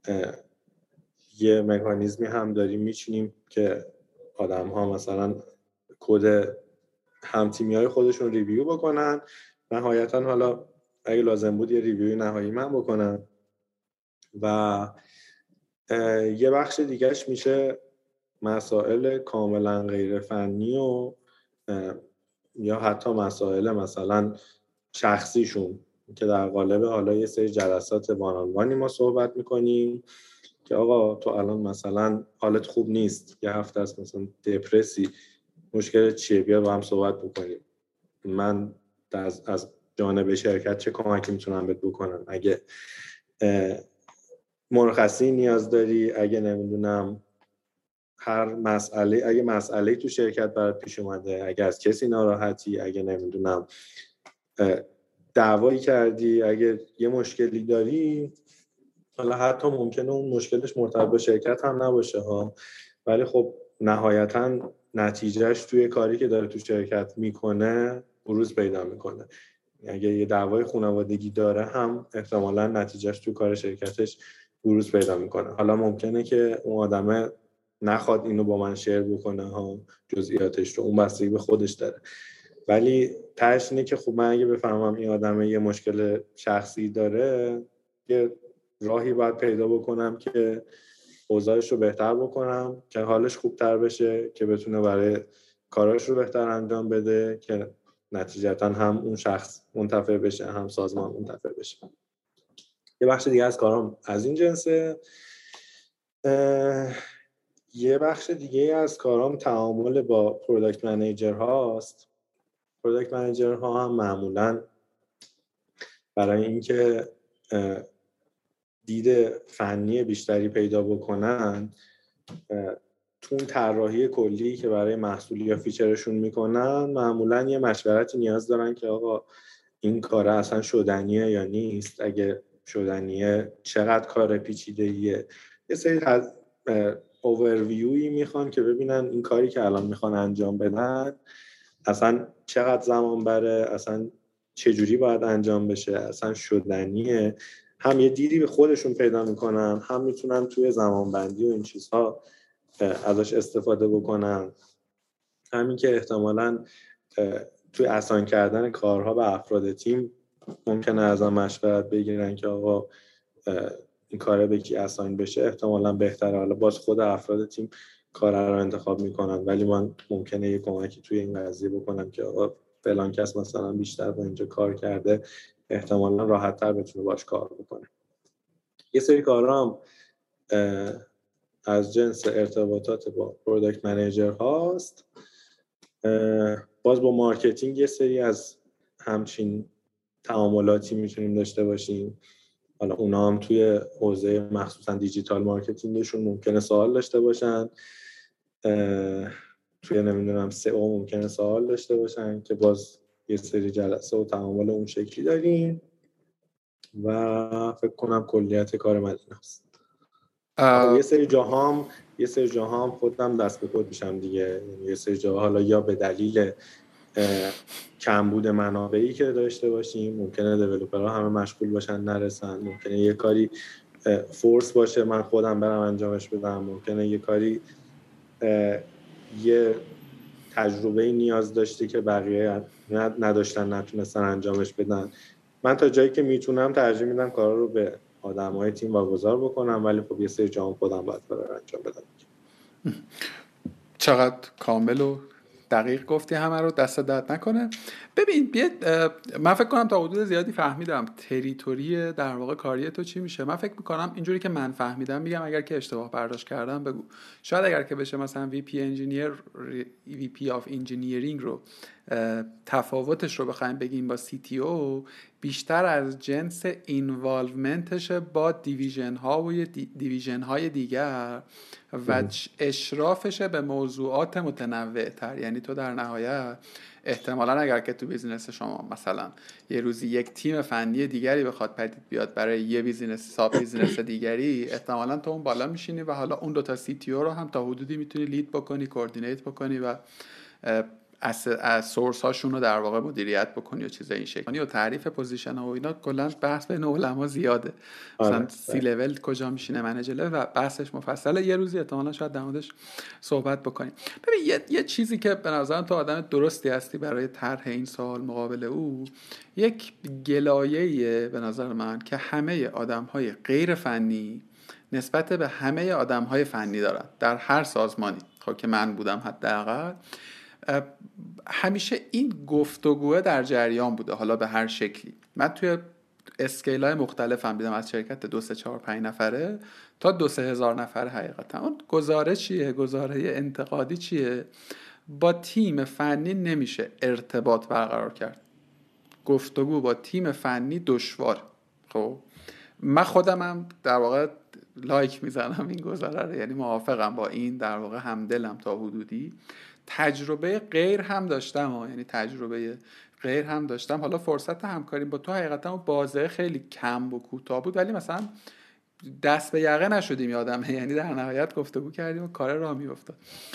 یه مکانیزمی هم داریم میچینیم که آدم ها مثلا کد همتیمیای خودشون ریویو بکنن، نهایتا حالا اگه لازم بود یه ریویوی نهایی من بکنم. و یه بخش دیگهش میشه مسائل کاملا غیر فنی و یا حتی مسائل مثلا شخصیشون که در قالب حالا یه سری جلسات وان‌آن‌وانی ما صحبت میکنیم که آقا تو الان مثلا حالت خوب نیست، یه هفته است مثلا دپرسی، مشکل چیه، بیا با هم صحبت بکنیم، من از جانب شرکت چه کمکی میتونم بهت بکنم، اگه مرخصی نیاز داری، اگه نمیدونم هر مسئله، اگه مسئله تو شرکت برات پیش اومده، اگه از کسی ناراحتی، اگه نمیدونم دعوایی کردی، اگه یه مشکلی داری، حالا حتی ممکنه اون مشکلش مرتبط به شرکت هم نباشه ها، ولی خب نهایتا نتیجهش توی کاری که داره تو شرکت میکنه بروز پیدا میکنه. اگه یه دعوای خانوادگی داره هم احتمالاً نتیجهش توی کار شرکتش بروز پیدا میکنه. حالا ممکنه که اون آدمه نخواد اینو با من شیر بکنه ها، جزئیاتش رو، اون بستگی به خودش داره، ولی تهش اینه که خب من اگه بفهمم این آدمه یه مشکل شخصی داره، یه راهی باید پیدا بکنم که اوضاعش رو بهتر بکنم که حالش خوبتر بشه، که بتونه برای کاراش رو بهتر انجام بده، که نتیجتا هم اون شخص منتفع بشه هم سازمان منتفع بشه. یه بخش دیگه از کارام از این جنسه. یه بخش دیگه از کارام تعامل با پروداکت منیجر هاست. پروداکت منیجر ها هم معمولاً برای اینکه دید فنی بیشتری پیدا بکنن، تو اون طراحی کلی که برای محصولی یا فیچرشون میکنن معمولاً یه مشورتی نیاز دارن که آقا این کار اصلا شدنیه یا نیست، اگه شدنیه، چقدر کار پیچیده‌ایه. یه سری از اوورویویی میخوان که ببینن این کاری که الان میخوان انجام بدن اصلا چقدر زمان بره، اصلا چجوری باید انجام بشه، اصلا شدنیه. هم یه دیدی به خودشون پیدا میکنن، هم میتونن توی زمانبندی و این چیزها ازش استفاده بکنن. همین که احتمالاً توی اساین کردن کارها به افراد تیم ممکنه ازم مشورت بگیرن که آقا این کاره به کی اساین بشه، احتمالاً بهتره. حالا باز خود افراد تیم کار رو انتخاب میکنن، ولی من ممکنه یه کمکی توی این قضیه بکنم که آقا فلان کس مثلا بیشتر با اینجا کار کرده، احتمالاً راحت‌تر بتونه باش کار بکنه. یه سری کارها هم از جنس ارتباطات با پروداکت منیجر هاست. باز با مارکتینگ یه سری از همچین تعاملاتی میتونیم داشته باشیم. حالا اونا هم توی حوزه مخصوصا دیجیتال مارکتینگشون ممکنه سوال داشته باشن، توی نمیدونم سئو ممکنه سوال داشته باشن که باز یه سری جلسه و تعامل اون شکلی داریم و فکر کنم کلیت کار من این هست. یه سری جاها هم خودم دست به خود میشم دیگه. یه سری جاها حالا یا به دلیل کمبود منابعی که داشته باشیم، ممکنه دیولپرها همه مشغول باشن نرسن، ممکنه یه کاری فورس باشه من خودم برم انجامش بدم، ممکنه یه کاری یه تجربه نیاز داشته که بقیه نداشتن نتونستن انجامش بدن. من تا جایی که میتونم ترجیح میدم کارا رو به آدمای تیم واگذار بکنم، ولی خب یه سری جاها خودم باید کارا رو انجام بدم. چقدر کامل و دقیق گفتی، همه رو دست درد نکنه. ببین من فکر کنم تا حدود زیادی فهمیدم تریتوری در واقع کاری تو چی میشه. من فکر میکنم اینجوری که من فهمیدم میگم، اگر که اشتباه برداشت کردم بگو. شاید اگر که بشه مثلا VP of Engineering رو تفاوتش رو بخوایم بگیم با CTO، بیشتر از جنس اینوالومنتش با دیویژن ها و دیویژن های دیگر و اشرافش به موضوعات متنوع تر. یعنی تو در نهایت احتمالاً اگر که تو بیزینس شما مثلا یه روزی یک تیم فنی دیگری بخواد پدید بیاد برای یه بیزینس ساب بیزینس دیگری، احتمالاً تو اون بالا میشینی و حالا اون دوتا CTO رو هم تا حدودی میتونی لید بکنی، کوردینیت بکنی و از سورس هاشون رو در واقع مدیریت بکنی و چیز این شکلی. و تعریف پوزیشن ها و اینا کلا بحث بین علما زیاده. مثلا سی لول کجا میشینه، منیجر لول، و بحثش مفصله. یه روزی احتمالاً شاید در موردش صحبت بکنیم. ببین یه چیزی که به نظرم تو آدم درستی هستی برای طرح این سوال مقابل او، یک گلایه‌ایه به نظر من که همه آدم‌های غیر فنی نسبت به همه آدم‌های فنی دارن در هر سازمانی. خب که من بودم حداقل همیشه این گفتگوه در جریان بوده، حالا به هر شکلی. من توی اسکیل‌های مختلف هم دیدم، از شرکت 2 3 4 5 نفره تا 2 3 هزار نفره. حقیقتا اون گزاره چیه، گزاره انتقادی چیه؟ با تیم فنی نمیشه ارتباط برقرار کرد. گفتگو با تیم فنی دشوار. خب من خودمم در واقع لایک میزنم این گزاره رو، یعنی موافقم با این، در واقع همدلم تا حدودی. تجربه غیر هم داشتم یعنی تجربه غیر هم داشتم. حالا فرصت همکاری با تو حقیقتا بازه خیلی کم و کوتاه بود، ولی مثلا دست به یقه نشدیم یادمه، یعنی در نهایت گفتگو کردیم و کار راه میافتاد.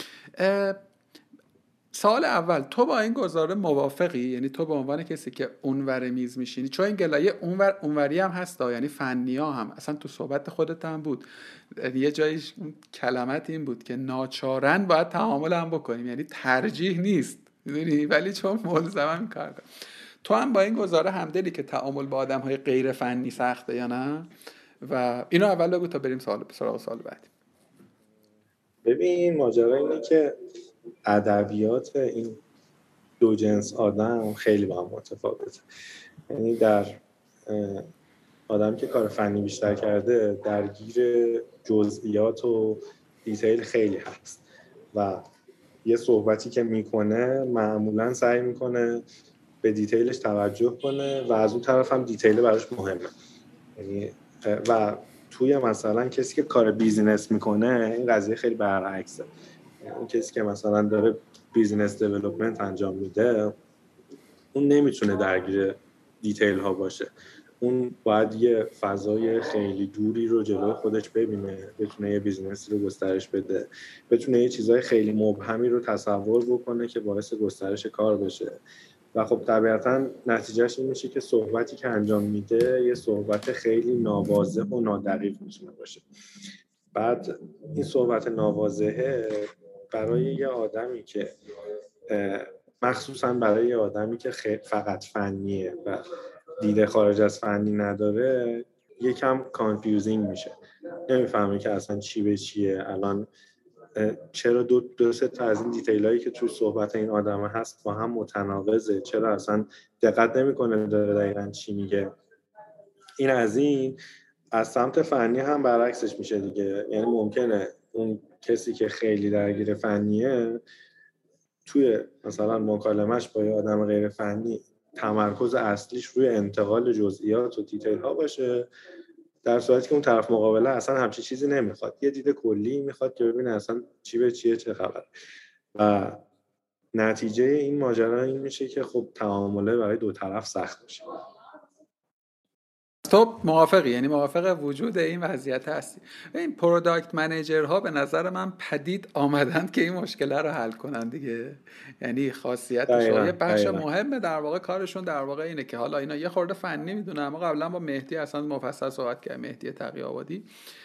سوال اول، تو با این گزاره موافقی؟ یعنی تو به عنوان کسی که اونور میز میشینی، چون این گلایه اونوری هم هستا، یعنی فنیا هم اصلا تو صحبت خودت هم بود، یه جایش کلمت این بود که ناچارن باید تعامل هم بکنیم، یعنی ترجیح نیست، میدونی، ولی چون ملزمم کار کنم. تو هم با این گزاره همدلی که تعامل با آدم‌های غیر فنی سخته یا نه؟ و اینو اول بگو تا بریم سراغ سوال بعدی. ببین ماجرا اینه که ادبیات این دو جنس آدم خیلی با هم متفاوته. یعنی در آدم که کار فنی بیشتر کرده درگیر جزئیات و دیتیل خیلی هست و یه صحبتی که میکنه معمولا سعی میکنه به دیتیلش توجه کنه و از اون طرف هم دیتیل براش مهمه. یعنی و توی مثلا کسی که کار بیزینس میکنه این قضیه خیلی برعکسه. اون کسی که مثلا داره بیزینس دیولپمنت انجام میده اون نمیتونه درگیر دیتیل ها باشه. اون باید یه فضای خیلی دوری رو جلوی خودش ببینه، بتونه یه بیزنسی رو گسترش بده، بتونه یه چیزای خیلی مبهمی رو تصور بکنه که باعث گسترش کار بشه و خب طبیعتاً نتیجهش این میشه که صحبتی که انجام میده یه صحبت خیلی ناواضح و نادقیق میتونه باشه. بعد این صحبت ناواضحه برای یه آدمی که مخصوصاً برای یه آدمی که فقط فنیه و دیده خارج از فنی نداره یکم کانفیوزینگ میشه، نمیفهمه که اصلا چی به چیه، الان چرا دو سه تا از این دیتیلایی که توی صحبت این آدم هست با هم متناقضه، چرا اصلا دقت نمیکنه داره دقیقاً چی میگه. این از این از سمت فنی هم برعکسش میشه دیگه، یعنی ممکنه اون کسی که خیلی درگیر فنیه توی مثلا مکالمش با یه آدم غیر فنی تمرکز اصلیش روی انتقال جزئیات و دیتیل ها باشه، در صورتی که اون طرف مقابله اصلا همچین چیزی نمیخواد، یه دید کلی میخواد که ببینه اصلا چی به چیه، چه خبر. و نتیجه این ماجرا این میشه که خب تعامله برای دو طرف سخت میشه. تو موافقی؟ یعنی موافق وجود این وضعیت هستی؟ این پروداکت منیجرها به نظر من پدید آمدند که این مشکل رو حل کنن دیگه، یعنی خاصیتش یه بخش مهمه در واقع کارشون در واقع اینه که حالا اینا یه خورده فنی میدونن. ما قبلا با مهدی اصلا مفصل صحبت کردیم، مهدی تقی‌آبادی،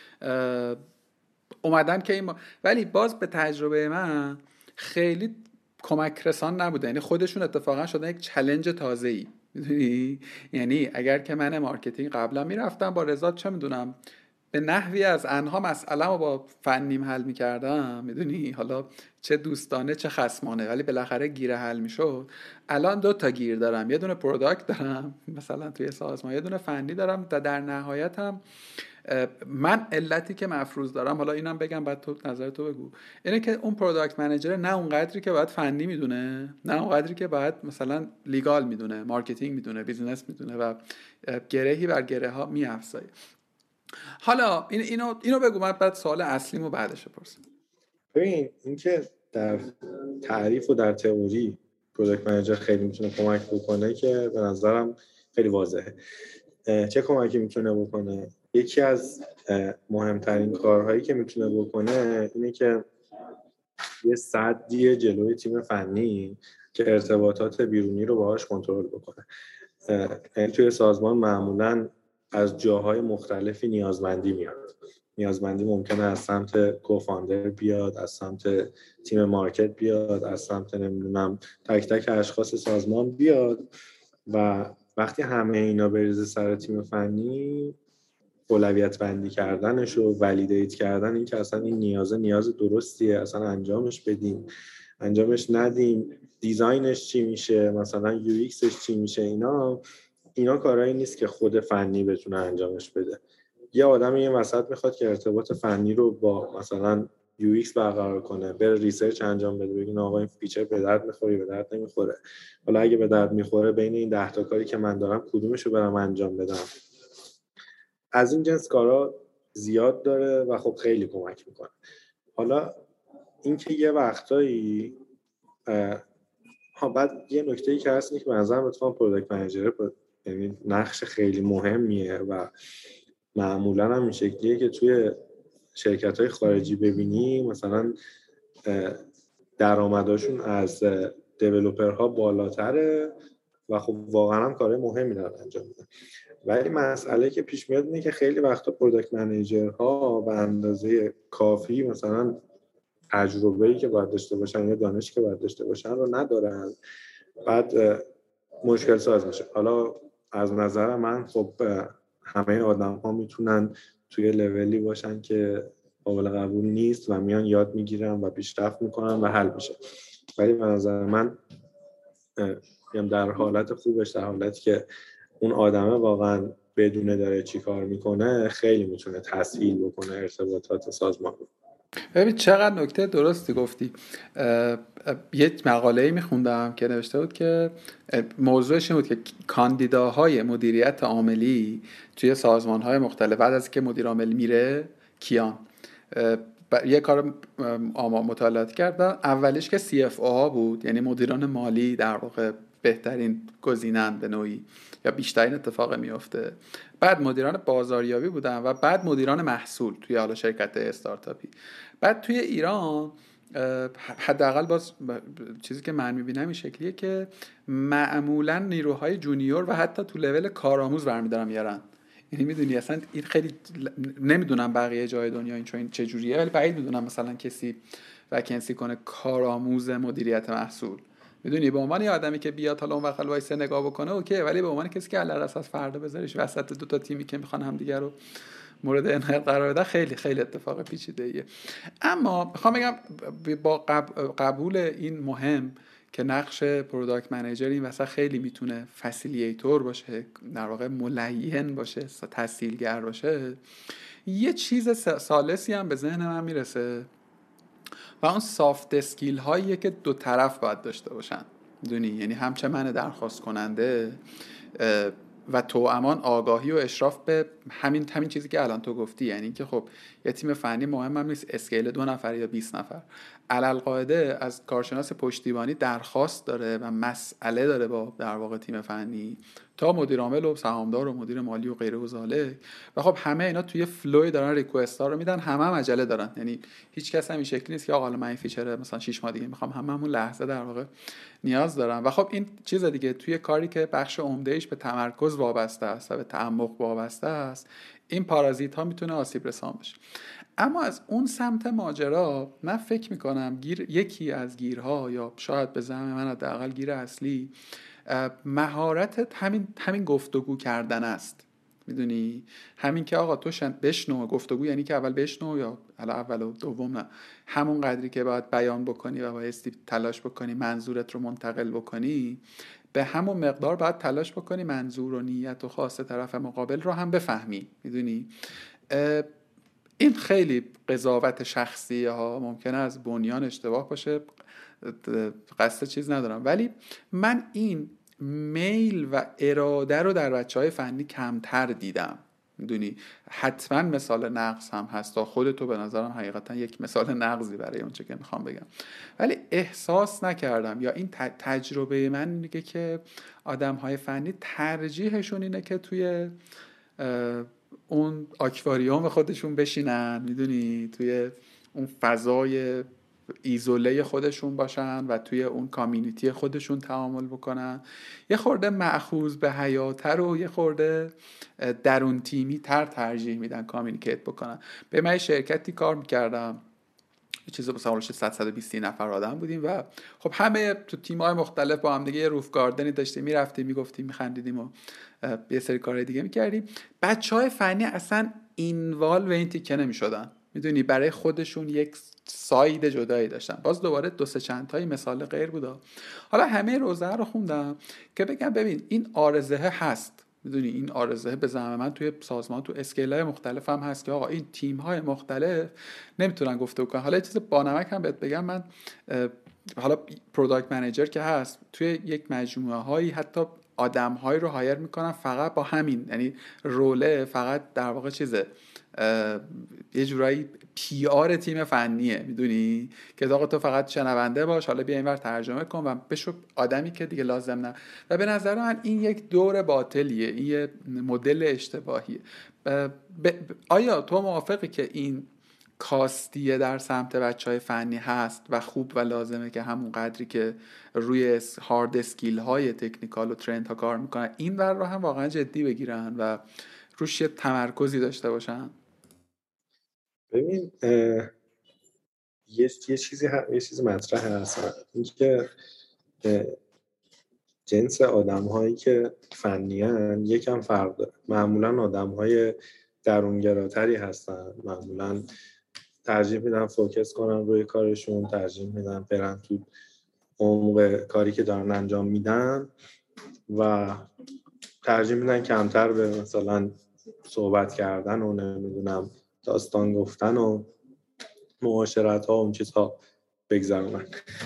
اومدن که ولی باز به تجربه من خیلی کمک رسان نبوده، یعنی خودشون اتفاقا شدن یک چالش تازه‌ای، میدونی؟ یعنی اگر که من مارکتینگ قبلا میرفتم با رضا چه میدونم به نحوی از انها مسئله رو با فنیم حل میکردم، میدونی، حالا چه دوستانه چه خصمانه، ولی بالاخره گیره حل میشد. الان 2 تا گیر دارم، یه دونه پروداکت دارم مثلا توی سازمان، یه دونه فنی دارم و در نهایت هم من علتی که مفروض دارم، حالا اینم بگم بعد تو نظر تو بگو، اینه که اون پروداکت منیجر نه اونقدری که باید فنی میدونه، نه اونقدری که باید مثلا لیگال میدونه، مارکتینگ میدونه، بیزینس میدونه و گرهی بر گره ها میافزایه. حالا اینو بگو، من بعد سوال اصلیمو بعدش بپرسم. ببین اینکه در تعریف و در تئوری پروداکت منیجر خیلی میتونه کمک بکنه که به نظرم خیلی واضحه. چه کمکی میتونه بکنه؟ یکی از مهمترین کارهایی که میتونه بکنه اینه که یه سدی جلوی تیم فنی که ارتباطات بیرونی رو باهاش کنترل بکنه. یعنی توی سازمان معمولاً از جاهای مختلفی نیازمندی میاد. نیازمندی ممکنه از سمت کوفاندر بیاد، از سمت تیم مارکت بیاد، از سمت نمیدونم تک تک اشخاص سازمان بیاد و وقتی همه اینا بریزه سر تیم فنی، اولویت بندی کردنش و ولیدیت کردن این که اصلا این نیاز درستیه، اصلا انجامش بدیم، انجامش ندیم، دیزاینش چی میشه، مثلا یو ایکسش چی میشه، اینا کارهایی نیست که خود فنی بتونه انجامش بده. یه آدم یه وسط میخواد که ارتباط فنی رو با مثلا یو ایکس برقرار کنه، بره ریسرچ انجام بده، بگه آقا این فیچر به درد میخوره به درد نمیخوره، حالا اگه به درد میخوره بین این 10 تا کاری که من دارم کدومشو برام انجام بدم. از این جنس کارا زیاد داره و خب خیلی کمک میکنه. حالا اینکه یه وقتایی بعد یه نکته‌ای که هست اینه که به نظر من پروداکت منیجر یعنی نقش خیلی مهمیه و معمولا هم این شکلیه که توی شرکت‌های خارجی ببینی مثلا درآمدشون از دیولپرها بالاتره و خب واقعا هم کارهای مهمی دارن انجام میدن. ولی مسئله که پیش میاد اینه که خیلی وقتا پروداکت منیجرها به اندازه کافی مثلا تجربه‌ای که باید داشته باشن یا دانشی که باید داشته باشن رو ندارن، بعد مشکل ساز میشه. حالا از نظر من خب همه آدم‌ها میتونن توی لولی باشن که قابل قبول نیست و میان یاد میگیرن و پیشرفت میکنن و حل میشه، ولی به نظر من در حالت خوبش، در حالتی که اون آدمه واقعا بدونه داره چی کار میکنه، خیلی میتونه تسهیل بکنه ارتباطات سازمان رو. ببین چقدر نکته درستی گفتی. یک مقاله‌ای میخوندم که نوشته بود که موضوعش این بود که کاندیداهای مدیریت عاملی توی سازمان‌های مختلف بعد از که مدیر عامل میره کیان، یه کار مطالعات کردن. اولیش که CFO ها بود، یعنی مدیران مالی در واقع بهترین گزینن به نوعی یا بیشترین اتفاق میفته. بعد مدیران بازاریابی بودن و بعد مدیران محصول توی حالا شرکت استارتاپی. بعد توی ایران حداقل باز چیزی که من میبینم این شکلیه که معمولا نیروهای جونیور و حتی تو لول کارآموز برمیدارن میارن. یعنی میدونی اصلا این خیلی نمیدونم بقیه جای دنیا این چه جوریه، ولی بعید میدونم مثلا کسی وکنسی کنه کارآموز مدیریت محصول. میدونی به عنوان یه آدمی که بیاد حالا اون وقت وایسه نگاه بکنه اوکی، ولی به عنوان کسی که علل اساس فردا بذاریش وسط دو تا تیمی که میخوان همدیگه رو مورد انحراف قرار بدن، خیلی خیلی اتفاق پیچیده‌ایه. اما میخوام بگم با قبول این مهم که نقش پروداکت منیجر این واسه خیلی میتونه فسیلیتور باشه، در واقع ملین باشه، تسهیلگر باشه، یه چیز ثالثی هم به ذهن من میرسه و اون سافت اسکیل هاییه که دو طرف باید داشته باشن. میدونی یعنی همچه من درخواست کننده و توامان آگاهی و اشراف به همین چیزی که الان تو گفتی، یعنی که خب یه تیم فنی مهم هم نیست اسکیل 2 نفر یا 20 نفر، علالقاعده از کارشناس پشتیبانی درخواست داره و مسئله داره با در واقع تیم فنی تا مدیر عامل و سهامدار و مدیر مالی و غیره و ذالک. و خب همه اینا توی فلوی دارن ریکوست ها رو میدن، همه عجله دارن. یعنی هیچ کس هم این شکلی نیست که آقا من این فیچر مثلا 6 ماه دیگه میخوام، همون لحظه در واقع نیاز دارن. و خب این چیز دیگه توی کاری که بخش عمده‌ایش به تمرکز وابسته است و به تعمق وابسته است، این پارازیت ها میتونه آسیب رسان بشه. اما از اون سمت ماجرا من فکر میکنم یکی از گیرها، یا شاید به زعم من حداقل گیر اصلی، مهارت همین گفتگو کردن است. میدونی همین که آقا تو بشنو، گفتگو یعنی که اول بشنو، یا اول و دوم نه، همون قدری که باید بیان بکنی و بایستی تلاش بکنی منظورت رو منتقل بکنی، به همون مقدار باید تلاش بکنی منظور و نیت و خواست طرف مقابل رو هم بفهمی. میدونی این خیلی قضاوت شخصیه ها، ممکنه از بنیان اشتباه باشه، قصد چیز ندارم، ولی من این میل و اراده رو در بچهای فنی کمتر دیدم. میدونی حتما مثال نقص هم هست، تا خودتو به نظرم حقیقتا یک مثال نقصی برای اون چه که میخوام بگم، ولی احساس نکردم، یا این تجربه من اینه که آدمهای فنی ترجیحشون اینه که توی اون آکواریوم خودشون بشینن، میدونی توی اون فضای ایزوله خودشون باشن و توی اون کامیونیتی خودشون تعامل بکنن، یه خورده مأخوذ به حیاتر و یه خورده درون تیمی تر ترجیح میدن کامیونیکیت بکنن. به من شرکتی کار میکردم، یه چیز مثلا 100-120 نفر آدم بودیم و خب همه تو تیم‌های مختلف با هم دیگه روف گاردنی داشتیم، میرفتیم میگفتیم میخندیدیم و یه سری کارهای دیگه میکردیم. بچهای فنی اصلا اینوالو به این تیکه نمیشدن، میدونی برای خودشون یک ساید جدایی داشتن. باز دوباره 2-3 چند تایی مثال غیر بودا. حالا همه روزه رو خوندم که بگم ببین این آرزه هست، میدونی این آرزه به زعم من توی سازمان تو اسکیل‌های مختلف هم هست که آقا این تیم‌های مختلف نمیتونن گفتگو کنن. حالا یه چیز بانمک هم بهت بگم، من حالا پروداکت منیجر که هست توی یک مجموعه هایی حتی آدم‌هایی رو هایر میکنن فقط با همین، یعنی روله فقط در واقع چیزه یه جورایی پی آر تیم فنیه، میدونی که آقا تو فقط شنونده باش، حالا بیا اینور ترجمه کن و بشو آدمی که دیگه لازم نه. و به نظر من این یک دور باطلیه، این یه مدل اشتباهیه. آیا تو موافقی که این کاستیه در سمت بچهای فنی هست و خوب و لازمه که همون قدری که روی هارد اسکیل های تکنیکال و ترند ها کار میکنن این ور رو هم واقعا جدی بگیرن و روش یه تمرکزی داشته باشن؟ ببین یه چیزی مطرح هست، اینکه جنس آدم هایی که فنی هن یکم فرق داره. معمولا آدم های درونگراتری هستن، معمولا ترجیح میدن فوکس کنن روی کارشون، ترجیح میدن برن تو عمق کاری که دارن انجام میدن و ترجیح میدن کمتر به مثلا صحبت کردن و نمیدونم داستان گفتن و معاشرت ها و اون چیزها بگذارن.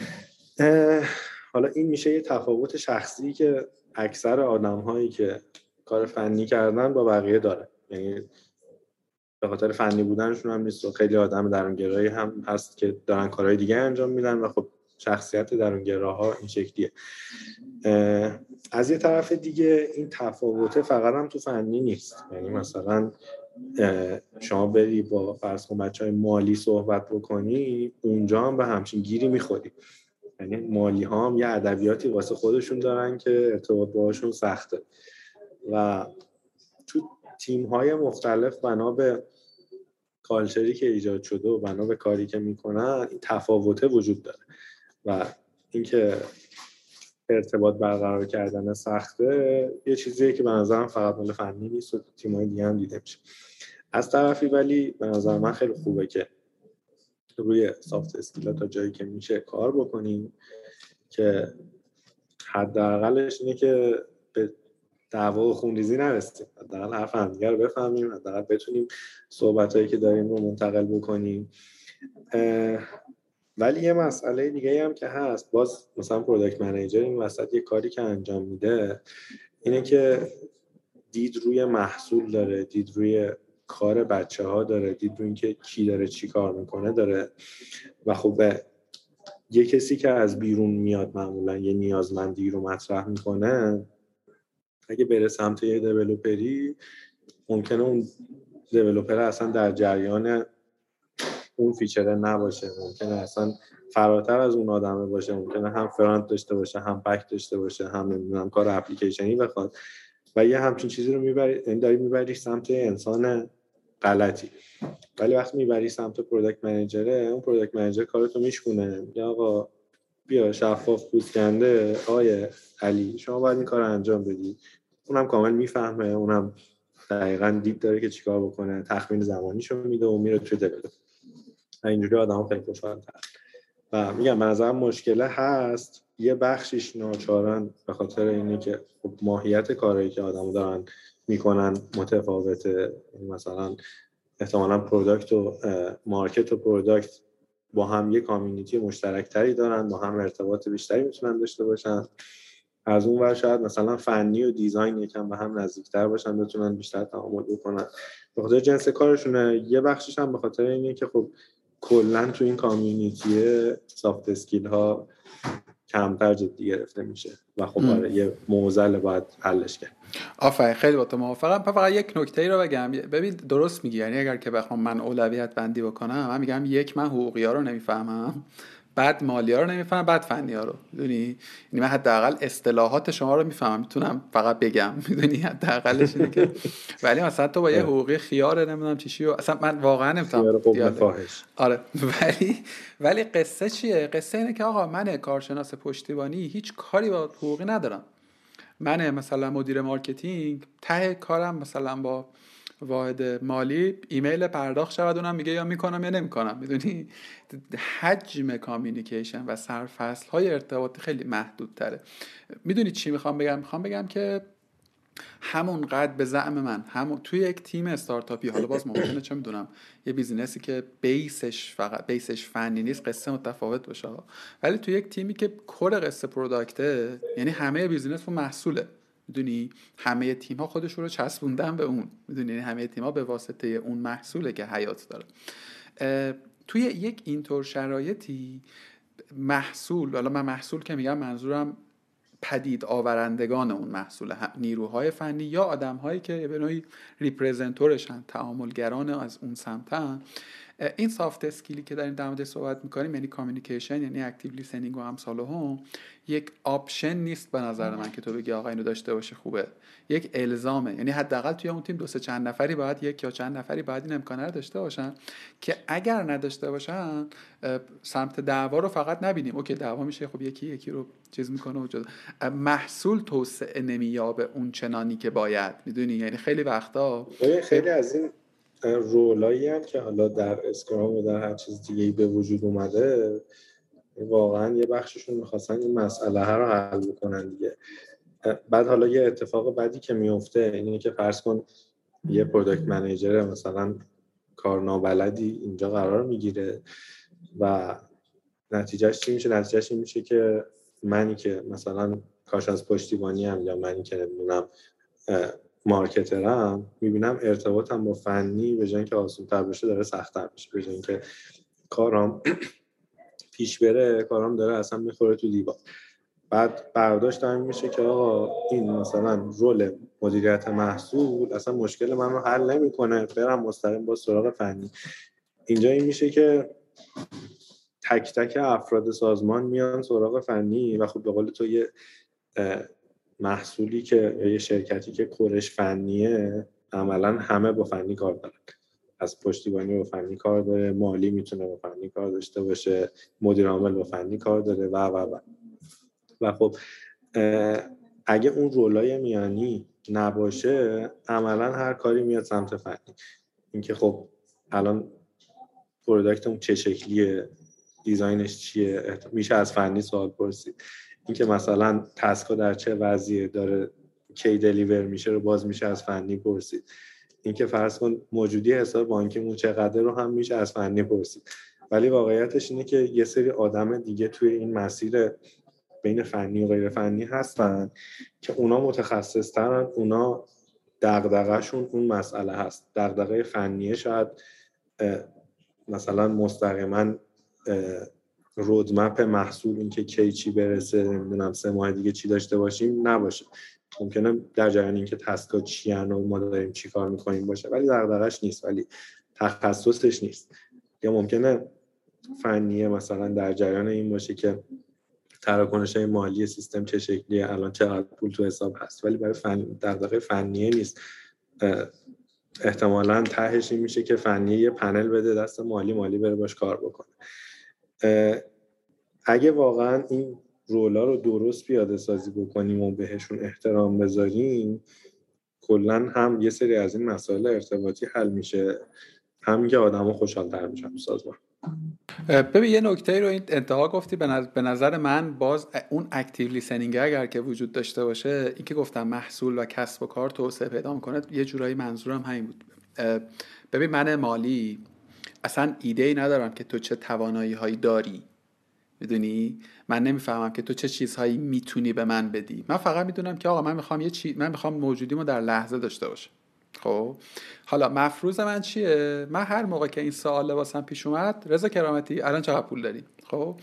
حالا این میشه یه تفاوت شخصی که اکثر آدم هایی که کار فنی کردن با بقیه داره، یعنی به خاطر فنی بودنشون هم نیست و خیلی آدم درونگرایی هم هست که دارن کارهای دیگه انجام میدن و خب شخصیت درونگراها این شکلیه. از یه طرف دیگه این تفاوته فقط هم تو فنی نیست. یعنی مثلا شما بری با فرض کن بچهای مالی صحبت بکنی، اونجا هم به همچین گیری میخوری. یعنی مالی ها هم یه ادبیاتی واسه خودشون دارن که ارتباط باهاشون سخته و تو تیم های مختلف بنا به کالچری که ایجاد شده و بنا به کاری که میکنن این تفاوته وجود داره و اینکه ارتباط برقرار کردن سخته یه چیزیه که به نظرم فقط مال فنی نیست و تیم‌های دیگه هم دیده میشه. از طرفی ولی به نظر من خیلی خوبه که روی سافت اسکیل‌ها تا جایی که میشه کار بکنیم که حداقلش اینه که به دعوا و خونریزی نرسیم، حداقل حرف همدیگه رو بفهمیم، حداقل بتونیم صحبتایی که داریم رو منتقل بکنیم. ولی یه مسئله دیگه هم که هست، باز مثلا پروداکت منیجر این وسط یه کاری که انجام میده اینه که دید روی محصول داره، دید روی کار بچه ها داره، دید روی اینکه کی داره چی کار میکنه داره و خب یه کسی که از بیرون میاد معمولا یه نیازمندی رو مطرح میکنه، اگه بره سمت یه دیولپری ممکنه اون دیولپر اصلا در جریان اون فیچره نباشه، ممکنه اصلا فراتر از اون آدمه باشه، ممکنه هم فرانت داشته باشه، هم بک داشته باشه، هم نمیدونم کار اپلیکیشنی بخواد و یه همچین چیزی رو میبری، داری میبری سمت انسان غلطی. ولی وقتی میبری سمت پروداکت منیجره، اون پروداکت منیجر کارتو میشکونه، یا آقا بیا شفاف پوسکنده آقای علی شما باید این کار رو انجام بدی. اونم کامل میفهمه، اونم دقیقاً دید داره که چیکار بکنه، تخمین زمانیشو میده و میره توی دیولپ و اینجوری آدم‌ها خیلی خوشحال‌ترن. و میگم به نظرم مشکله هست، یه بخشیش ناچارن به خاطر اینه که خب ماهیت کارهایی که آدم‌ها دارن میکنن متفاوته. مثلا احتمالاً پروداکت و مارکت و پروداکت با هم یه کامیونیتی مشترکتری دارن، با هم ارتباط بیشتری میتونن داشته باشن. از اون ور شاید مثلا فنی و دیزاین یکم به هم نزدیکتر باشن، بتونن بیشتر تعامل بکنن به خاطر جنس کارشونه. یه بخشش هم به خاطر اینه که خب کلا تو این کامیونیتی سافت اسکیل ها کمتر جدی گرفته میشه و خب آره یه معضل باید حلش کرد. آفرین، خیلی با تو موافقم. فقط یک نکته‌ای رو بگم، ببین درست میگی، یعنی اگر که بخوام من اولویت بندی بکنم، من میگم یک، من حقوقی‌ها رو نمیفهمم، بعد مالی‌ها رو نمیفهمم، بعد فنی‌ها رو. میدونی یعنی من حداقل اصطلاحات شما رو میفهمم، میتونم فقط بگم، میدونی حداقلش اینه که ولی مثلا تو با یه حقوقی خیار نمیدونم چی و اصلا من واقعا نمیفهمم خیار فاحش. آره ولی قصه چیه؟ قصه اینه که آقا من کارشناس پشتیبانی هیچ کاری با حقوقی ندارم. من مثلا مدیر مارکتینگ ته کارم مثلا با واحد مالی ایمیل پرداخت شود، اونم میگه یا میکنم یا نمیکنم. میدونی حجم کامیونیکیشن و سرفصل های ارتباطی خیلی محدود تره. میدونی چی میخوام بگم که همون قد به زعم من همون توی یک تیم استارتاپی، حالا باز ممکنه چه میدونم یه بیزینسی که بیسش فنی نیست قصه متفاوت باشه، ولی توی یک تیمی که کور قصه پروداکته، یعنی همه بیزینس و محصوله، میدونی همه تیم ها خودشون رو چسبوندن به اون، میدونی یعنی همه تیم ها به واسطه اون محصوله که حیات داره. توی یک اینطور شرایطی محصول، حالا من محصول که میگم منظورم پدید آورندگان اون محصول، نیروهای فنی یا آدم‌هایی که به نوعی ریپرزنتورشن، تعاملگران از اون سمتن، این سافت اسکیلی که داریم در موردش صحبت می‌کنیم، یعنی کامیونیکیشن، یعنی اکتیو لیسنینگ و امثال هم، یک آپشن نیست به نظر من که تو بگی آقا اینو داشته باشه خوبه، یک الزامه. یعنی حداقل توی اون تیم دو سه چند نفری باید، یک یا چند نفری باید این امکانه رو داشته باشن که اگر نداشته باشن سمت دعوا رو فقط نبینیم. اوکی دعوا میشه، خب یکی رو چیز میکنه و جدا، محصول توسعه نمییابه اون چنانی که باید. میدونی یعنی خیلی وقتا خیلی از این رولایی هم که حالا در اسکرام و در هر چیز دیگه‌ای به وجود اومده، واقعا یه بخششون می‌خواستن این مسئله ها رو حل بکنن دیگه. بعد حالا یه اتفاق بعدی که میفته اینه که فرض کن یه پروداکت منیجر مثلا کار نابلدی اینجا قرار میگیره و نتیجهش چی میشه؟ نتیجهش این میشه که منی که مثلا کارشناس پشتیبانی ام یا منی که نمیدونم مارکترم، میبینم ارتباطم با فنی به جای اینکه آسان‌تر بشه داره سخت‌تر میشه، به جای اینکه کارام پیش بره کارام داره اصلا میخوره تو دیوار. بعد برداشت هم میشه که آقا این مثلا رول مدیریت محصول اصلا مشکل من رو حل نمیکنه، برم مستقیم با سراغ فنی. اینجا این میشه که تک تک افراد سازمان میان سراغ فنی و خب به قول تو یه محصولی که یه شرکتی که کورش فنیه عملا همه با فنی کار دارن، از پشتیبانی با فنی کار داره، مالی میتونه با فنی کار داشته باشه، مدیر عامل با فنی کار داره و خب اگه اون رولای میانی نباشه عملا هر کاری میاد سمت فنی. اینکه خب الان پروداکتمون چه شکلیه، دیزاینش چیه، میشه از فنی سوال پرسید. اینکه مثلا تسکا در چه وضعیه داره، کی دلیور میشه رو باز میشه از فنی پرسید. اینکه فرض کن موجودی حساب بانکیمون چقدر رو هم میشه از فنی پرسید. ولی واقعیتش اینه که یه سری آدم دیگه توی این مسیر بین فنی و غیر فنی هستن که اونا متخصص ترن، اونا دغدغه‌شون اون مسئله هست. دغدغه فنیه شاید مثلا مستقیما رودمپ محصول، این که کی چی برسه، نمیدونم 3 ماه دیگه چی داشته باشیم نباشه. ممکنه در جریان اینکه تسکا چی ان و ما داریم چی کار میکنیم باشه، ولی دغدغه‌اش نیست، ولی تخصصش نیست. یا ممکنه فنیه مثلا در جریان این باشه که تراکنش‌های مالی سیستم چه شکلیه، الان چقدر پول تو حساب هست، ولی برای دغدغه فنیه نیست. احتمالاً تهش این میشه که فنی یه پنل بده دست مالی بره باش کار بکنه. اگه واقعا این رولا رو درست پیاده سازی بکنیم و بهشون احترام بذاریم، کلاً هم یه سری از این مسائل ارتباطی حل میشه، هم که آدم‌ها خوشحال‌تر میشن تو سازمان. ببین یه نکته رو این انتها گفتی، به نظر من باز اون اکتیو لیسنینگ اگر که وجود داشته باشه، این که گفتم محصول و کسب و کار توسعه پیدا میکنه، یه جورایی منظورم همین بود. ببین من مالی اصلا ایده‌ای ندارم که تو چه توانایی هایی داری، میدونی، من نمیفهمم که تو چه چیزهایی میتونی به من بدی. من فقط میدونم که آقا من میخوام موجودیمو در لحظه داشته باشم. خب حالا مفروض من چیه؟ من هر موقع که این سوال واسم پیش اومد، رضا کرامتی الان چقدر پول داری؟ خب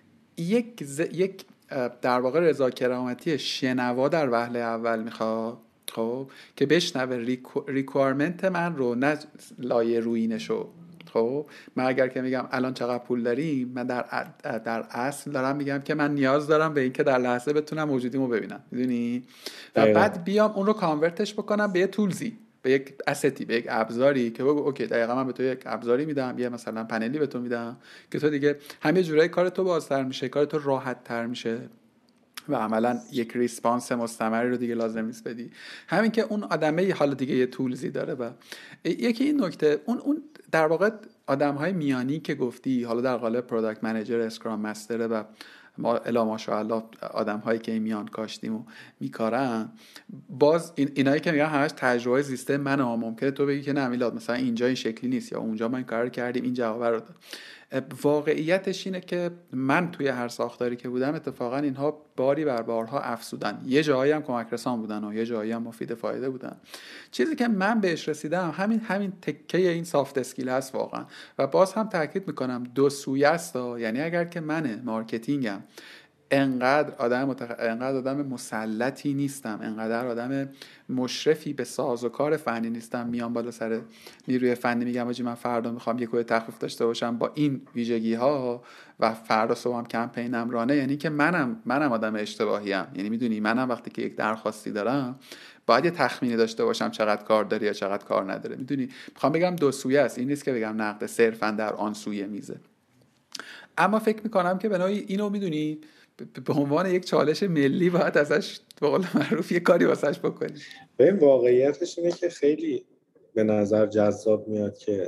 یک در واقع رضا کرامتی شنوا در وهله اول میخواد، خب که بشنوه ریکوایرمنت من رو، نه لایه روینشو. خب من اگر که میگم الان چقدر پول داریم، من در اصل دارم میگم که من نیاز دارم به این که در لحظه بتونم موجودیمو ببینم، میدونی، و بعد بیام اون رو کانورتش بکنم به یه تولزی، به یک استی، به یک ابزاری که بگو اوکی دقیقاً من به تو یک ابزاری میدم، یه مثلا پنلی به تو میدم که تو دیگه همه جورایی کار تو بازتر میشه، کار تو راحت تر میشه و عملا یک ریسپانس مستمری رو دیگه لازم نیست بدی. همین که اون آدمه حالا دیگه یه تولزی داره. و یکی این نکته، اون در واقع آدم‌های میانی که گفتی، حالا در قالب پروداکت منیجر، اسکرام مستر و ما الا ماشاءالله آدم‌هایی که میان کاشتیم و میکارن، باز اینایی که میگن همش تجربه زیسته منه. ممکنه تو بگی که نه میلاد مثلا اینجا این شکلی نیست، یا اونجا ما این کار کردیم این جواب رو داد. واقعیتش اینه که من توی هر ساختاری که بودم اتفاقا اینها باری بر بارها افزودن. یه جایی هم کمک رسان بودن و یه جایی هم مفید فایده بودن. چیزی که من بهش رسیدم همین تکه این سافت اسکیل هست واقعا. و باز هم تاکید میکنم دو سویه است. یعنی اگر که من مارکتینگم انقدر آدم مسلطی نیستم، انقدر آدم مشرفی به ساز و کار فنی نیستم، میام بالا سر نیروی فنی میگم آجی من فردا میخوام یک کوه تخفیف داشته باشم با این ویژگی ها و فردا صبحم کمپینم رانه، یعنی که منم آدم اشتباهی ام. یعنی میدونی منم وقتی که یک درخواستی دارم باید یه تخمینی داشته باشم چقدر کار داره یا چقدر کار نداره. میدونی میخوام بگم دو سویه است، این نیست که بگم نقد صرفا در آن سویه میزه. اما فکر میکنم که به نوعی اینو میدونی به عنوان یک چالش ملی باید ازش به قول معروف یه کاری واسش بکنی. ببین واقعیتش اینه که خیلی به نظر جذاب میاد که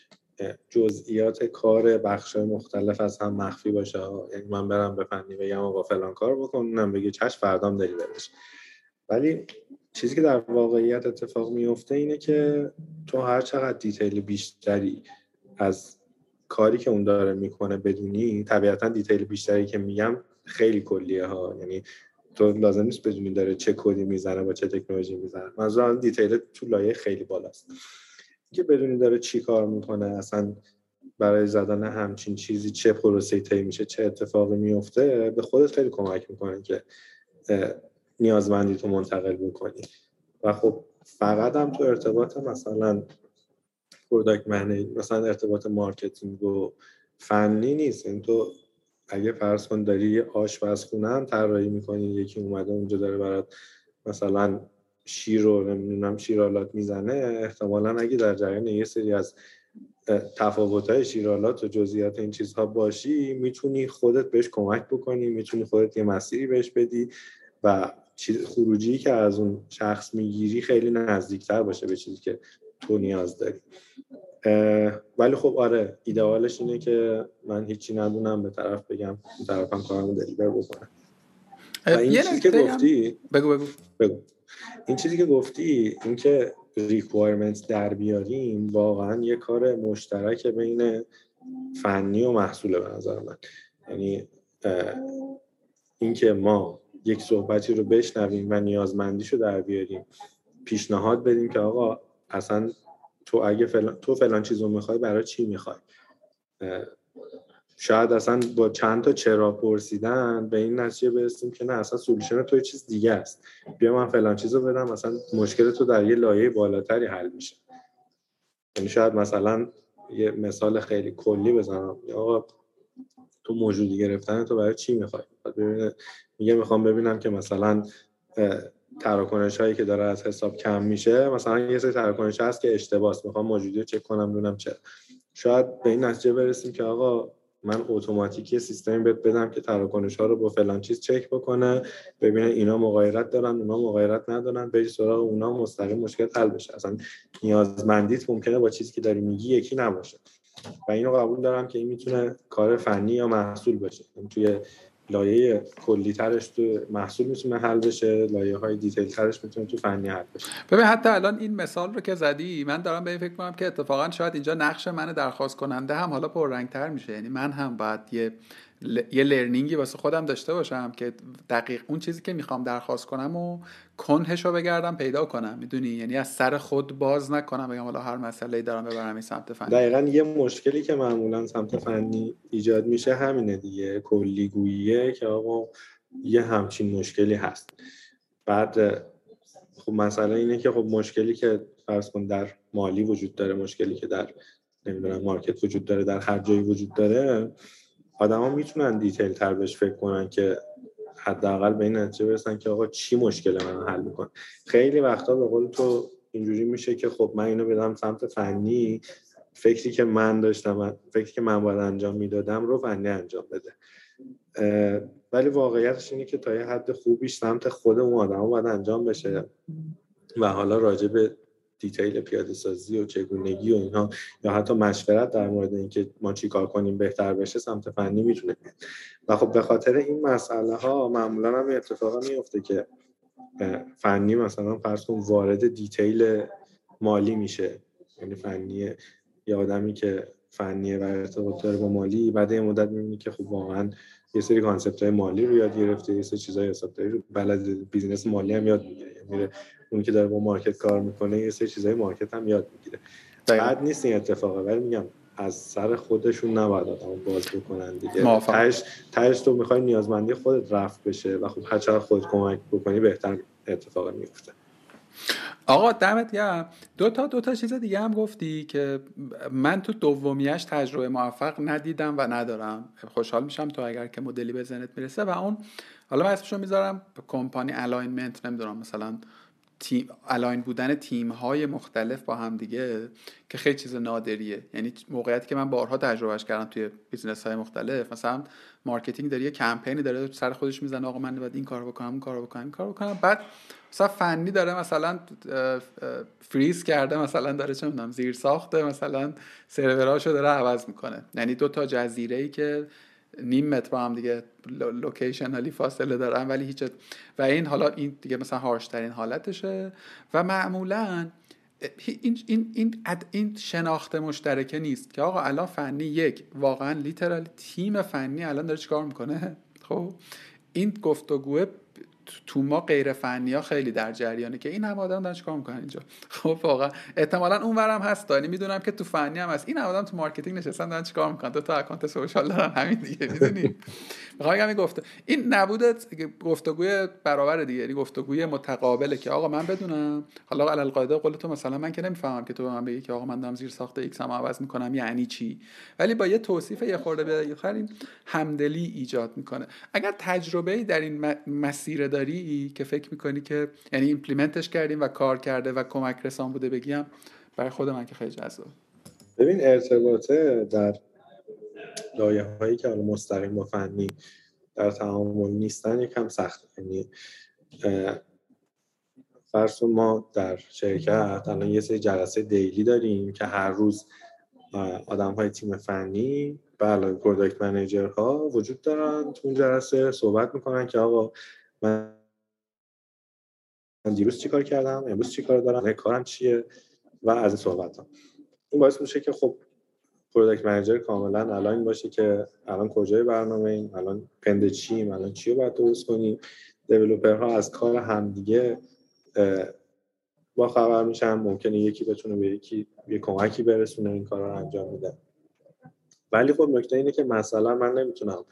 جزئیات کار بخش‌های مختلف از هم مخفی باشه. یعنی من برم به فنی بگم آقا فلان کار بکن، اونم بگه چش فردام دلیورش. ولی چیزی که در واقعیت اتفاق میفته اینه که تو هر چقدر دیتیل بیشتری از کاری که اون داره میکنه بدونی، طبیعتا دیتیل بیشتری که میگم خیلی کلیه ها، یعنی تو لازم نیست بدونی داره چه کدی میزنه با چه تکنولوژی میزنه. منظورم دیتیل تو لایه خیلی بالاست که بدونی داره چی کار میکنه، اصلا برای زدن همچین چیزی چه پروسه‌ای طی میشه، چه اتفاقی میفته، به خودت خیلی کمک میکنه که نیازمندی تو منتقل بکنی. و خب فقط هم تو ارتباط مثلا پروداکت منیج، مثلا ارتباط مارکتینگ و فنی نیست. این تو اگه فرض کن داری یه آشپزخونه هم طراحی میکنی، یکی اومده اونجا داره برات مثلا شیر رو نمیدونم شیرالات میزنه، احتمالاً اگه در جریان یه سری از تفاوت‌های شیرالات و جزئیات این چیزها باشی، میتونی خودت بهش کمک بکنی، میتونی خودت یه مسیری بهش بدی و خروجی که از اون شخص میگیری خیلی نزدیکتر باشه به چیزی که تو نیاز داری. ولی خب آره، ایدئالش اینه که من هیچی ندونم به طرف بگم اون طرفم کارمو دلیور بکنه. و این چیزی که گفتی بگو این چیزی که گفتی، این که ریکوایرمنت در بیاریم، واقعا یه کار مشترک بین فنی و محصوله به نظر من. یعنی این که ما یک صحبتی رو بشنویم و نیازمندیشو در بیاریم، پیشنهاد بدیم که آقا اصلا تو اگه تو فلان چیزو میخوای برای چی میخوای، شاید اصلا با چند تا چرا پرسیدن به این نتیجه برسیم که نه اصلا سولوشن تو یه چیز دیگه است، بیا من فلان چیزو بدم، مثلا مشکل تو در یه لایه بالاتری حل میشه. یعنی شاید مثلا یه مثال خیلی کلی بزنم، آقا تو موجودی گرفتن تو برای چی میخوای؟ میگه میخوام ببینم که مثلا تراکنش هایی که داره از حساب کم میشه، مثلا یه سری تراکنش هست که اشتباهه، میخوام موجودی رو چک کنم ببینم چرا. شاید به این نتیجه برسیم که آقا من اتوماتیکی سیستمی بهت بدم که تراکنش ها رو با فلان چیز چک بکنه، ببینه اینا مغایرت دارن اونا مغایرت ندارن، بری سراغ اونا، مستقیم مشکل حل بشه. اصلا نیازمندیت ممکنه با چیزی که داری میگی یکی نباشه و اینو قبول دارم که این میتونه کار فنی یا محصول باشه. توی لایه کلی ترش تو محصول میتونه حل بشه، لایه های دیتیل ترش میتونه تو فنی حل بشه. ببین حتی الان این مثال رو که زدی، من دارم به این فکر کنم که اتفاقا شاید اینجا نقش من درخواست کننده هم حالا پررنگ‌تر میشه. یعنی من هم باید یه لرنینگی واسه خودم داشته باشم که دقیق اون چیزی که میخوام درخواست کنم و کنهشو بگردم پیدا کنم، میدونی؟ یعنی از سر خود باز نکنم بگم حالا هر مسئله‌ای دارم ببرم این سمت فنی. دقیقاً یه مشکلی که معمولا سمت فنی ایجاد میشه همینه دیگه، کلیگوییه که آقا یه همچین مشکلی هست. بعد خب مسئله اینه که خب مشکلی که فرض کن در مالی وجود داره، مشکلی که در نمیدونم مارکت وجود داره، در هر جایی وجود داره، آدما میتونن دیتیل تر بهش فکر کنن که حداقل به این نتیجه برسن که آقا چی مشکل منو حل میکنه. خیلی وقتا به قول تو اینجوری میشه که خب من اینو بدم سمت فنی، فکری که من داشتم، فکری که من باید انجام میدادم رو فنی انجام بده. ولی واقعیتش اینه که تا یه حد خوبیش سمت خود اون آدم باید انجام بشه و حالا راجع به دیتیل پیاده سازی و چگونگی و اینها یا حتی مشورت در مورد اینکه ما چی کار کنیم بهتر بشه سمت فنی میتونه بیاد. و خب به خاطر این مسئله ها معمولا هم اتفاقا میفته که فنی مثلا فرض کن وارد دیتیل مالی میشه. یعنی فنی یه آدمی که فنیه و ارتباط داره با مالی، بعد یه مدت میبینی که خب واقعا یه سری کانسپت‌های مالی رو یاد گرفته، یه سری چیزای حسابداری رو بلد، بیزینس مالی هم یاد میگیره. یعنی اون که داره با مارکت کار میکنه یه سری چیزای مارکت هم یاد میگیره. بد نیست این اتفاقه، ولی میگم از سر خودشون نباید آدمو باز بکنن دیگه. تهش تو میخوای نیازمندی خودت رفع بشه و خب هر چقدر خودت کمک بکنی بهتر اتفاق میفته. آقا دمت گرم. دو تا چیز دیگه هم گفتی که من تو دومیش تجربه موفق ندیدم و ندارم. خوشحال میشم تو اگر که مدلی به ذهنت میرسه و اون حالا من اسمشو میذارم کمپانی الاینمنت، نمیدونم مثلا تیم الاین بودن تیم های مختلف با هم دیگه که خیلی چیز نادریه. یعنی موقعیتی که من بارها تجربهش کردم توی بیزنس های مختلف، مثلا مارکتینگ داره یه کمپینی داره سر خودش میزنه آقا من باید این کارو بکنم اون کارو بکنم این کارو بکنم، بعد مثلا فنی داره مثلا فریز کرده، مثلا داره چه میدونم زیر ساخته، مثلا سروراشو داره عوض میکنه. یعنی دو تا جزیره‌ای که نیم متر با هم دیگه لوکیشنالی فاصله دارن ولی هیچ، و این حالا این دیگه مثلا هارش ترین حالتشه و معمولا این شناخت مشترکه نیست که آقا الان فنی یک واقعا لیترال تیم فنی الان داره چیکار میکنه. خب این گفتگوه تو ما غیر فنی ها خیلی در جریانه که این همه آدم دارن چیکار میکنن اینجا. خب واقعا احتمالاً اونورم هست، یعنی میدونم که تو فنی هم هست این همه آدم تو مارکتینگ نشستن دارن چیکار میکنن، دو تا اکانت سوشال دارن، همین دیگه میدونی. میخوام بگم این نبوده گفتگوی برابر دیگه، یعنی گفتگوی متقابله که آقا من بدونم، حالا علل قاعده قول تو مثلا من که نمیفهمم که تو به من بگی که آقا من دارم زیر ساخت ایکس هم عوض میکنم یعنی چی، ولی با یه توصیف یه خورده بخریم همدلی ایجاد میکنه. اگر تجربه‌ای در این مسیر داری که فکر میکنی که یعنی ایمپلیمنتش کردیم و کار کرده و کمک رسان بوده بگیم، برای خود من که خیلی جذاب. ببین ارتباطه در لایه‌هایی که حالا مستقیم با فنی در تعامل نیستن یکم سخته. یعنی فرض ما در شرکت الان یه سری جلسه دیلی داریم که هر روز آدم‌های تیم فنی به علاوه پروداکت منیجرها وجود دارن تو اون جلسه صحبت میکنن که آقا من دیروز چیکار کردم، امروز چیکار دارم، کارم چیه و از این صحبت‌ها. این باعث میشه که خب پروداکت منیجر کاملا الان باشه که الان کجای برنامه‌ایم، الان پند چیم، الان چی رو باید درست کنیم. دیولپرها از کار همدیگه با خبر میشن، ممکنه یکی بتونه به یکی یه کمکی برسونه این کارا رو انجام میده. ولی خب نکته اینه که مثلا من نمیتونم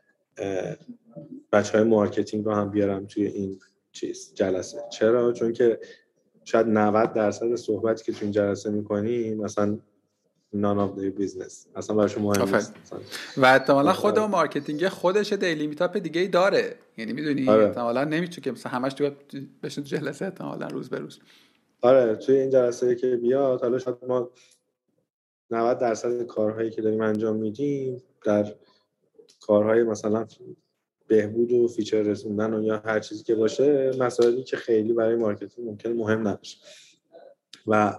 بچهای مارکتینگ رو هم بیارم توی این جلسه. چرا؟ چون که شاید 90% صحبتی که توی این جلسه میکنیم مثلا none of the business اصلا براشون مهم نیست و احتمالاً خود اون مارکتینگ خودش دیلی میتاپ دیگه ای داره، یعنی میدونی احتمالاً نمیتونه که مثلا همش تو بشین تو جلسه احتمالاً روز به روز. آره توی این جلسه که بیاد حالا شاید ما 90% کارهایی که داریم انجام میدیم در کارهای مثلا بهبود و فیچر رسوندن و یا هر چیزی که باشه، مسائلی که خیلی برای مارکتینگ ممکنه مهم نباشه و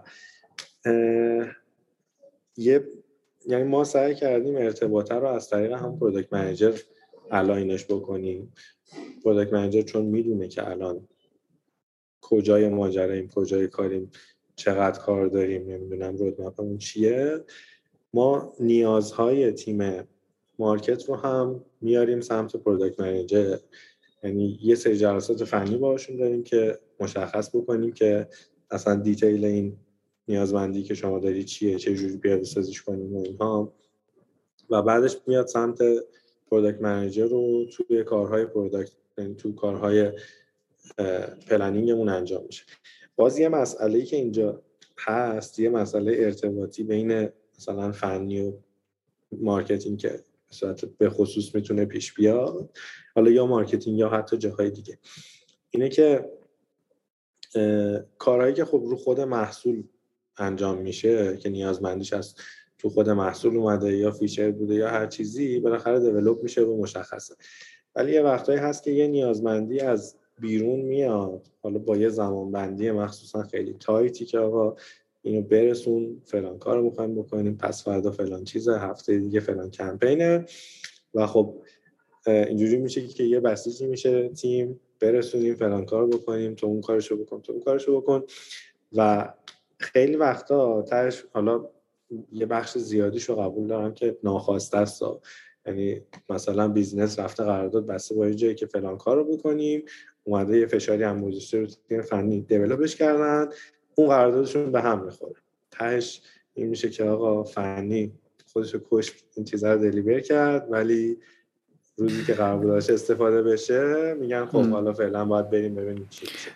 یعنی ما سعی کردیم ارتباطه رو از طریق هم پروداکت منیجر الاینش بکنیم. پروداکت منیجر چون میدونه که الان کجای ماجراییم، کجای کاریم، چقدر کار داریم، نمیدونم رودمپمون چیه، ما نیازهای تیم مارکت رو هم میاریم سمت پروداکت منیجر. یعنی یه سری جلسات فنی باشون داریم که مشخص بکنیم که اصلا دیتیل این نیازمندی که شما داری چیه، چه جوری پیاده سازیش کنیم و اینها، و بعدش میاد سمت پروداکت منیجر رو توی کارهای پروداکت، یعنی تو کارهای پلنینگمون انجام میشه. باز یه مسئله‌ای که اینجا هست، یه مسئله ارتباطی بین مثلا فنی و مارکتینگ که به خصوص میتونه پیش بیاد، حالا یا مارکتینگ یا حتی جاهای دیگه، اینه که کارهایی که خب رو خود محصول انجام میشه که نیازمندیش از تو خود محصول اومده یا فیچر بوده یا هر چیزی، بالاخره دیولپ میشه و مشخصه. ولی یه وقتایی هست که یه نیازمندی از بیرون میاد، حالا با یه زمانبندی مخصوصا خیلی تایتی که آقا اینو برسون، فلان کارو میخوایم بکنیم، پس فردا فلان چیزه، هفته دیگه فلان کمپینه، و خب اینجوری میشه که یه بسیجی میشه تیم برسونیم فلان کارو بکنیم، تو اون کارشو بکن، تو اون کارشو بکن، و خیلی وقتا تاش حالا یه بخش زیادیشو قبول دارم که ناخواسته است. یعنی مثلا بیزنس رفته قرارداد بسته با یه جایی که فلان کارو بکنیم، اومده یه فشاری هم گذاشته رو تیم فنی دیولپش کردن، اون قراردادشون به هم میخوره. تاش این میشه که آقا فنی خودشو کش این چیزا رو دلیور کرد، ولی روزی که قرار بود ازش استفاده بشه میگن خب حالا فعلا باید بریم ببینیم چی میشه.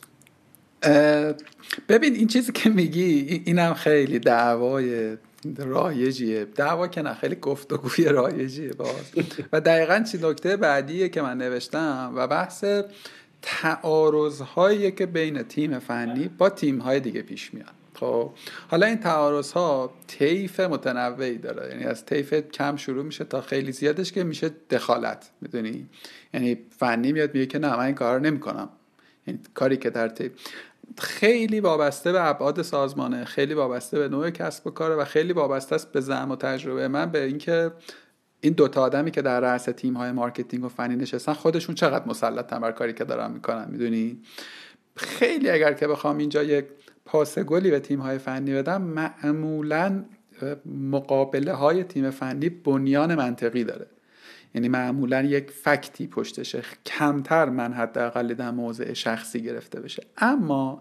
ببین این چیزی که میگی اینم خیلی دعوای رایجیه، دعوا که نه خیلی گفتگوی رایجیه باز. و دقیقاً چی نکته بعدیه که من نوشتم و بحث تعارض‌هایی که بین تیم فنی با تیم‌های دیگه پیش میاد. خب حالا این تعارض‌ها طیف متنوعی داره، یعنی از طیف کم شروع میشه تا خیلی زیادش که میشه دخالت، میدونی، یعنی فنی میاد میگه که نه من این کارو نمی‌کنم، این کاری که در طیف خیلی وابسته به ابعاد سازمانه، خیلی وابسته به نوع کسب و کاره و خیلی وابسته است به زعم و تجربه من به اینکه این دوتا آدمی که در رأس تیم‌های مارکتینگ و فنی نشستن خودشون چقدر مسلطن بر کاری که دارن میکنن، میدونی. خیلی اگر که بخوام اینجا یک پاس گلی به تیم‌های فنی بدم، معمولاً مقابله های تیم فنی بنیان منطقی داره. یعنی معمولا یک فکتی پشتشه، کمتر من حداقل در موضع شخصی گرفته بشه. اما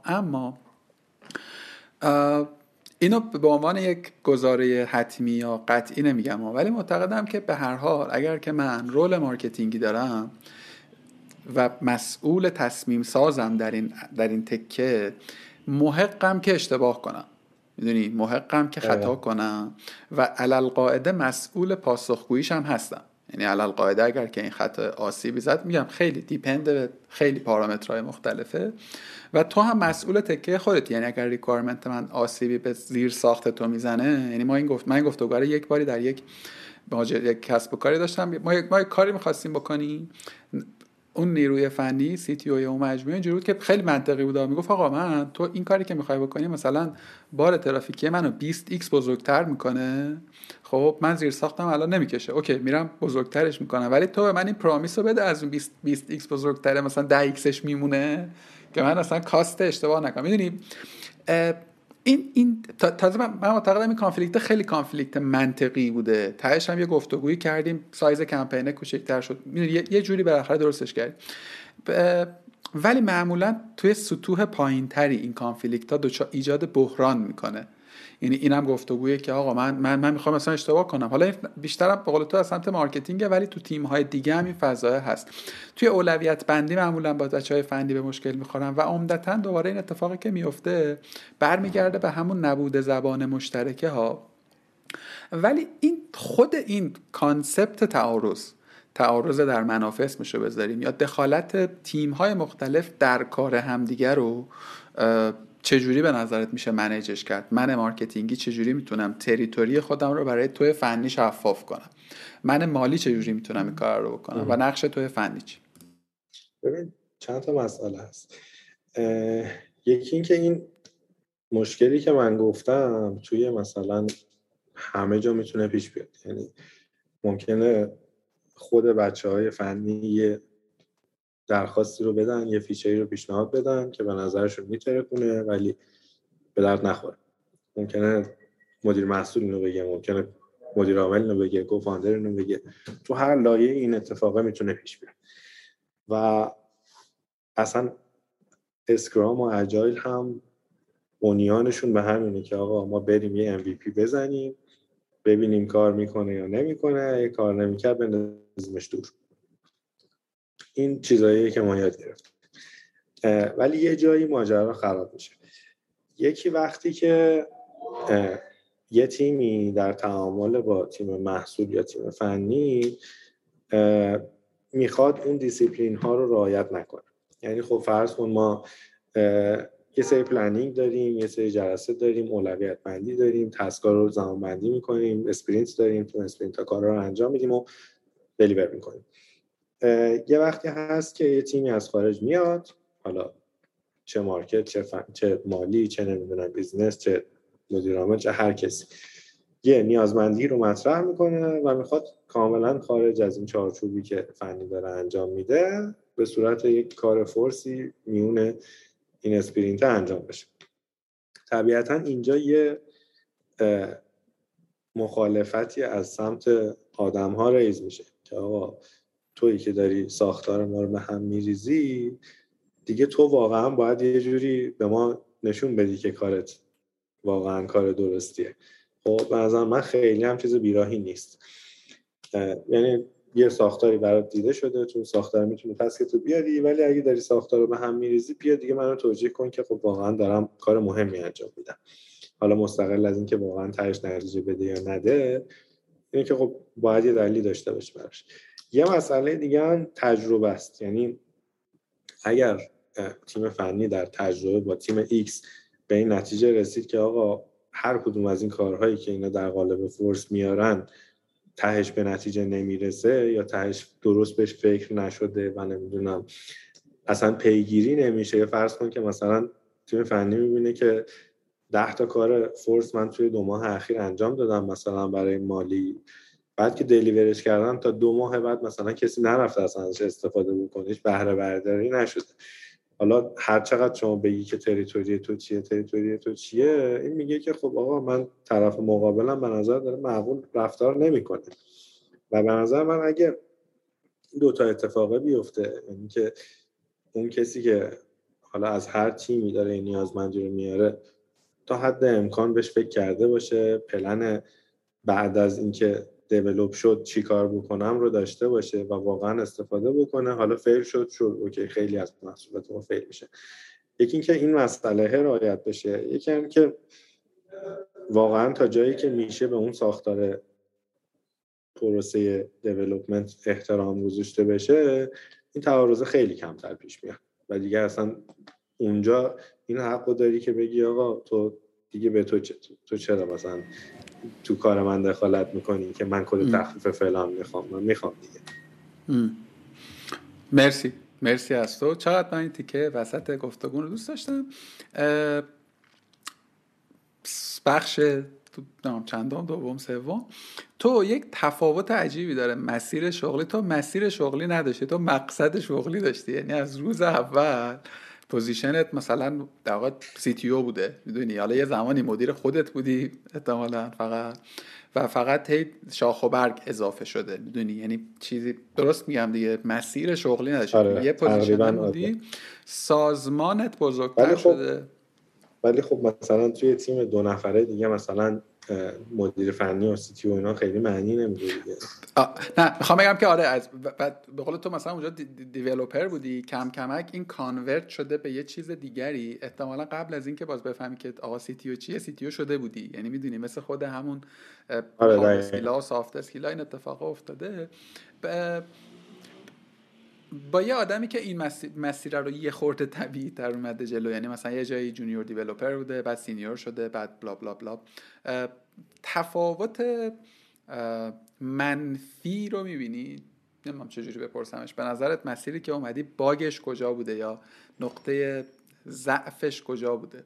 اینو به عنوان یک گزاره حتمی یا قطعی نمیگم، ولی معتقدم که به هر حال اگر که من رول مارکتینگی دارم و مسئول تصمیم سازم در این تکه، محقم که اشتباه کنم، میدونی، محقم که خطا کنم و علل قاعده مسئول پاسخگوییش هم هستم. یعنی علل قاعده اگر که این خطا آسیبی زد، میگم خیلی دیپند، خیلی پارامترهای مختلفه و تو هم مسئول تکه خودت. یعنی اگر ریکوایرمنت من آسیبی به زیر ساخت تو میزنه، یعنی من این گفتگو یک باری در یک کسب و کاری داشتم، ما یک کاری می‌خواستیم بکنیم، اون نیروی فنی سی تی او اون مجموعه اینجوری بود که خیلی منطقی بود، میگفت آقا تو این کاری که میخوای بکنی مثلا بار ترافیکی منو 20x بزرگتر میکنه، خب من زیر ساختم الان نمیکشه، اوکی میرم بزرگترش میکنم، ولی تو به من این پرامیس رو بده از اون 20x بزرگتره مثلا 10xش میمونه که من اصلا کاست اشتباه نکنم. میدونی این تازه من معتقدم این کانفلیکت خیلی کانفلیکت منطقی بوده. تهش هم یه گفتگویی کردیم، سایز کمپین کوچیک‌تر شد، یه جوری بالاخره درستش کردیم. ولی معمولا توی سطوح پایین‌تری این کانفلیکت ها ایجاد بحران میکنه. یعنی اینم گفتگویه که آقا من میخوام مثلا اشتباه کنم، حالا بیشترم به قول تو از سمت مارکتینگه، ولی تو تیم‌های دیگه هم این فضا هست. توی اولویت بندی معمولا با بچهای فنی به مشکل میخورن و عمدتاً دوباره این اتفاقی که میفته برمیگرده به همون نبود زبان مشترکه ها. ولی خود این کانسپت تعارض در منافع اسمشو بذاریم یا دخالت تیم‌های مختلف در کار همدیگه رو چجوری به نظرت میشه منیجش کرد؟ من مارکتینگی چجوری میتونم تریتوری خودم رو برای توی فنی شفاف کنم؟ من مالی چجوری میتونم این کار رو بکنم و نقش توی فنی چی؟ ببین چند تا مسئله هست. یکی این که این مشکلی که من گفتم توی مثلا همه جا میتونه پیش بیاد. یعنی ممکنه خود بچه‌های فنی یه درخواستی رو بدن، یه فیچری رو پیشنهاد بدن که به نظرشون میترکونه ولی به درد نخوره. ممکنه مدیر محصول اینو بگه، ممکنه مدیر عامل اینو بگه، کوفاندر اینو بگه. تو هر لایه این اتفاقه میتونه پیش بیاد و اصلا اسکرام و اجایل هم بنیانشون به همینه که آقا ما بریم یه MVP بزنیم، ببینیم کار میکنه یا نمیکنه، اگه کار نمیکرد بندازیمش دور. این چیزاییه که ما یاد گرفتیم. ولی یه جایی ماجرا خراب میشه. یکی وقتی که یه تیمی در تعامل با تیم محصول یا تیم فنی میخواد اون دیسیپلین ها رو رعایت نکنه. یعنی خب فرض کن ما یه سری پلنینگ داریم، یه سری جلسه داریم، اولویت بندی داریم، تسکا رو زمان بندی میکنیم، اسپرینت داریم، تو اسپرینت ها کارا رو انجام میدیم و دلیور میکنیم. یه وقتی هست که یه تیمی از خارج میاد، حالا چه مارکت، چه مالی، چه نمیدونم بیزنس، چه مدیر عامل، چه هر کسی، یه نیازمندی رو مطرح میکنه و میخواد کاملا خارج از این چارچوبی که فنی داره انجام میده به صورت یک کار فورسی میون این اسپرینت انجام بشه. طبیعتا اینجا یه مخالفتی از سمت آدم ها ریز میشه که آقا تویی که داری ساختار ما رو به هم میریزی، دیگه تو واقعا باید یه جوری به ما نشون بدی که کارت واقعا کار درستیه. خب به نظر من خیلی هم چیز بیراهی نیست. یعنی یه ساختاری برات دیده شده، تو ساختار میتونی پس که تو بیاری، ولی اگه داری ساختار رو به هم میریزی، بیا دیگه منو توجیه کن که خب واقعا دارم کار مهمی انجام میدم. حالا مستقل از این که واقعا تهش نتیجه بده یا نده، اینه که خب باید یه دلیلی داشته باشه براش. یه مسئله دیگه هم تجربه است. یعنی اگر تیم فنی در تجربه با تیم X به این نتیجه رسید که آقا هر کدوم از این کارهایی که اینا در قالب فورس میارن تهش به نتیجه نمیرسه یا تهش درست بهش فکر نشده و نمیدونم اصلا پیگیری نمیشه، فرض کن که مثلا تیم فنی میبینه که 10 تا کار فورس من توی 2 ماه اخیر انجام دادم مثلا برای مالی، بعد که دلیورش کردن تا 2 ماه بعد مثلا کسی نرفته اصلا ازش استفاده بکنه، هیچ بهره برداری نشده. حالا هر چقدر شما بگی که تریتوری تو چیه، این میگه که خب آقا من طرف مقابلم به نظر داره معقول رفتار نمیکنه و به نظر من اگه دو تا اتفاقه بیفته، یعنی که اون کسی که حالا از هر تیمی داره این نیازمندی رو میاره تا حد امکان بهش فکر کرده باشه، پلن بعد از اینکه دیولپ شد چی کار بکنم رو داشته باشه و واقعا استفاده بکنه. حالا فیل شد اوکی، خیلی از محصولات ما فیل میشه. یکی اینکه این مسئله رعایت بشه، یکی هم که واقعا تا جایی که میشه به اون ساختار پروسه دیولپمنت احترام گذاشته بشه، این تعارض خیلی کمتر پیش میاد و دیگه اصلا اونجا این حقو داری که بگی آقا تو دیگه به تو چرا مثلا تو کار من دخالت میکنی که من کد تخفیف فلان میخوام، من میخوام دیگه. مرسی از تو. چقدر من این تیکه وسط گفتگو رو دوست داشتم. بخش چندم، دوم سوم، تو یک تفاوت عجیبی داره مسیر شغلی. تو مسیر شغلی نداشتی، تو مقصد شغلی داشتی. یعنی از روز اول پوزیشنت مثلا در واقع سی تی او بوده، میدونی، حالا یه زمانی مدیر خودت بودی احتمالاً فقط هی شاخ و برگ اضافه شده، میدونی، یعنی چیزی درست میگم دیگه، مسیر شغلی نداشتی. آره، یه پوزیشن بودی، سازمانت بزرگتر شده. ولی خب مثلا توی تیم 2 نفره دیگه مثلا مدیر فنی و سی تی او اینا خیلی معنی نمیده دیگه. نه میخوام بگم که آره، به قول تو مثلا اونجا دیولپر بودی، کم کمک این کانورت شده به یه چیز دیگری. احتمالا قبل از این که باز بفهمی که آقا سی تی او چیه، سی تی او شده بودی. یعنی میدونی مثل خود همون هارد اسکیلا و سافت اسکیلا این اتفاق افتاده. با یه آدمی که این مسیر رو یه خورده طبیعی تر اومده جلو، یعنی مثلا یه جایی جونیور دیولپر بوده، بعد سینیور شده، بعد بلا بلا بلا. تفاوت منفی رو میبینی؟ نمیدونم چجوری بپرسمش. به نظرت مسیری که اومدی باگش کجا بوده یا نقطه ضعفش کجا بوده؟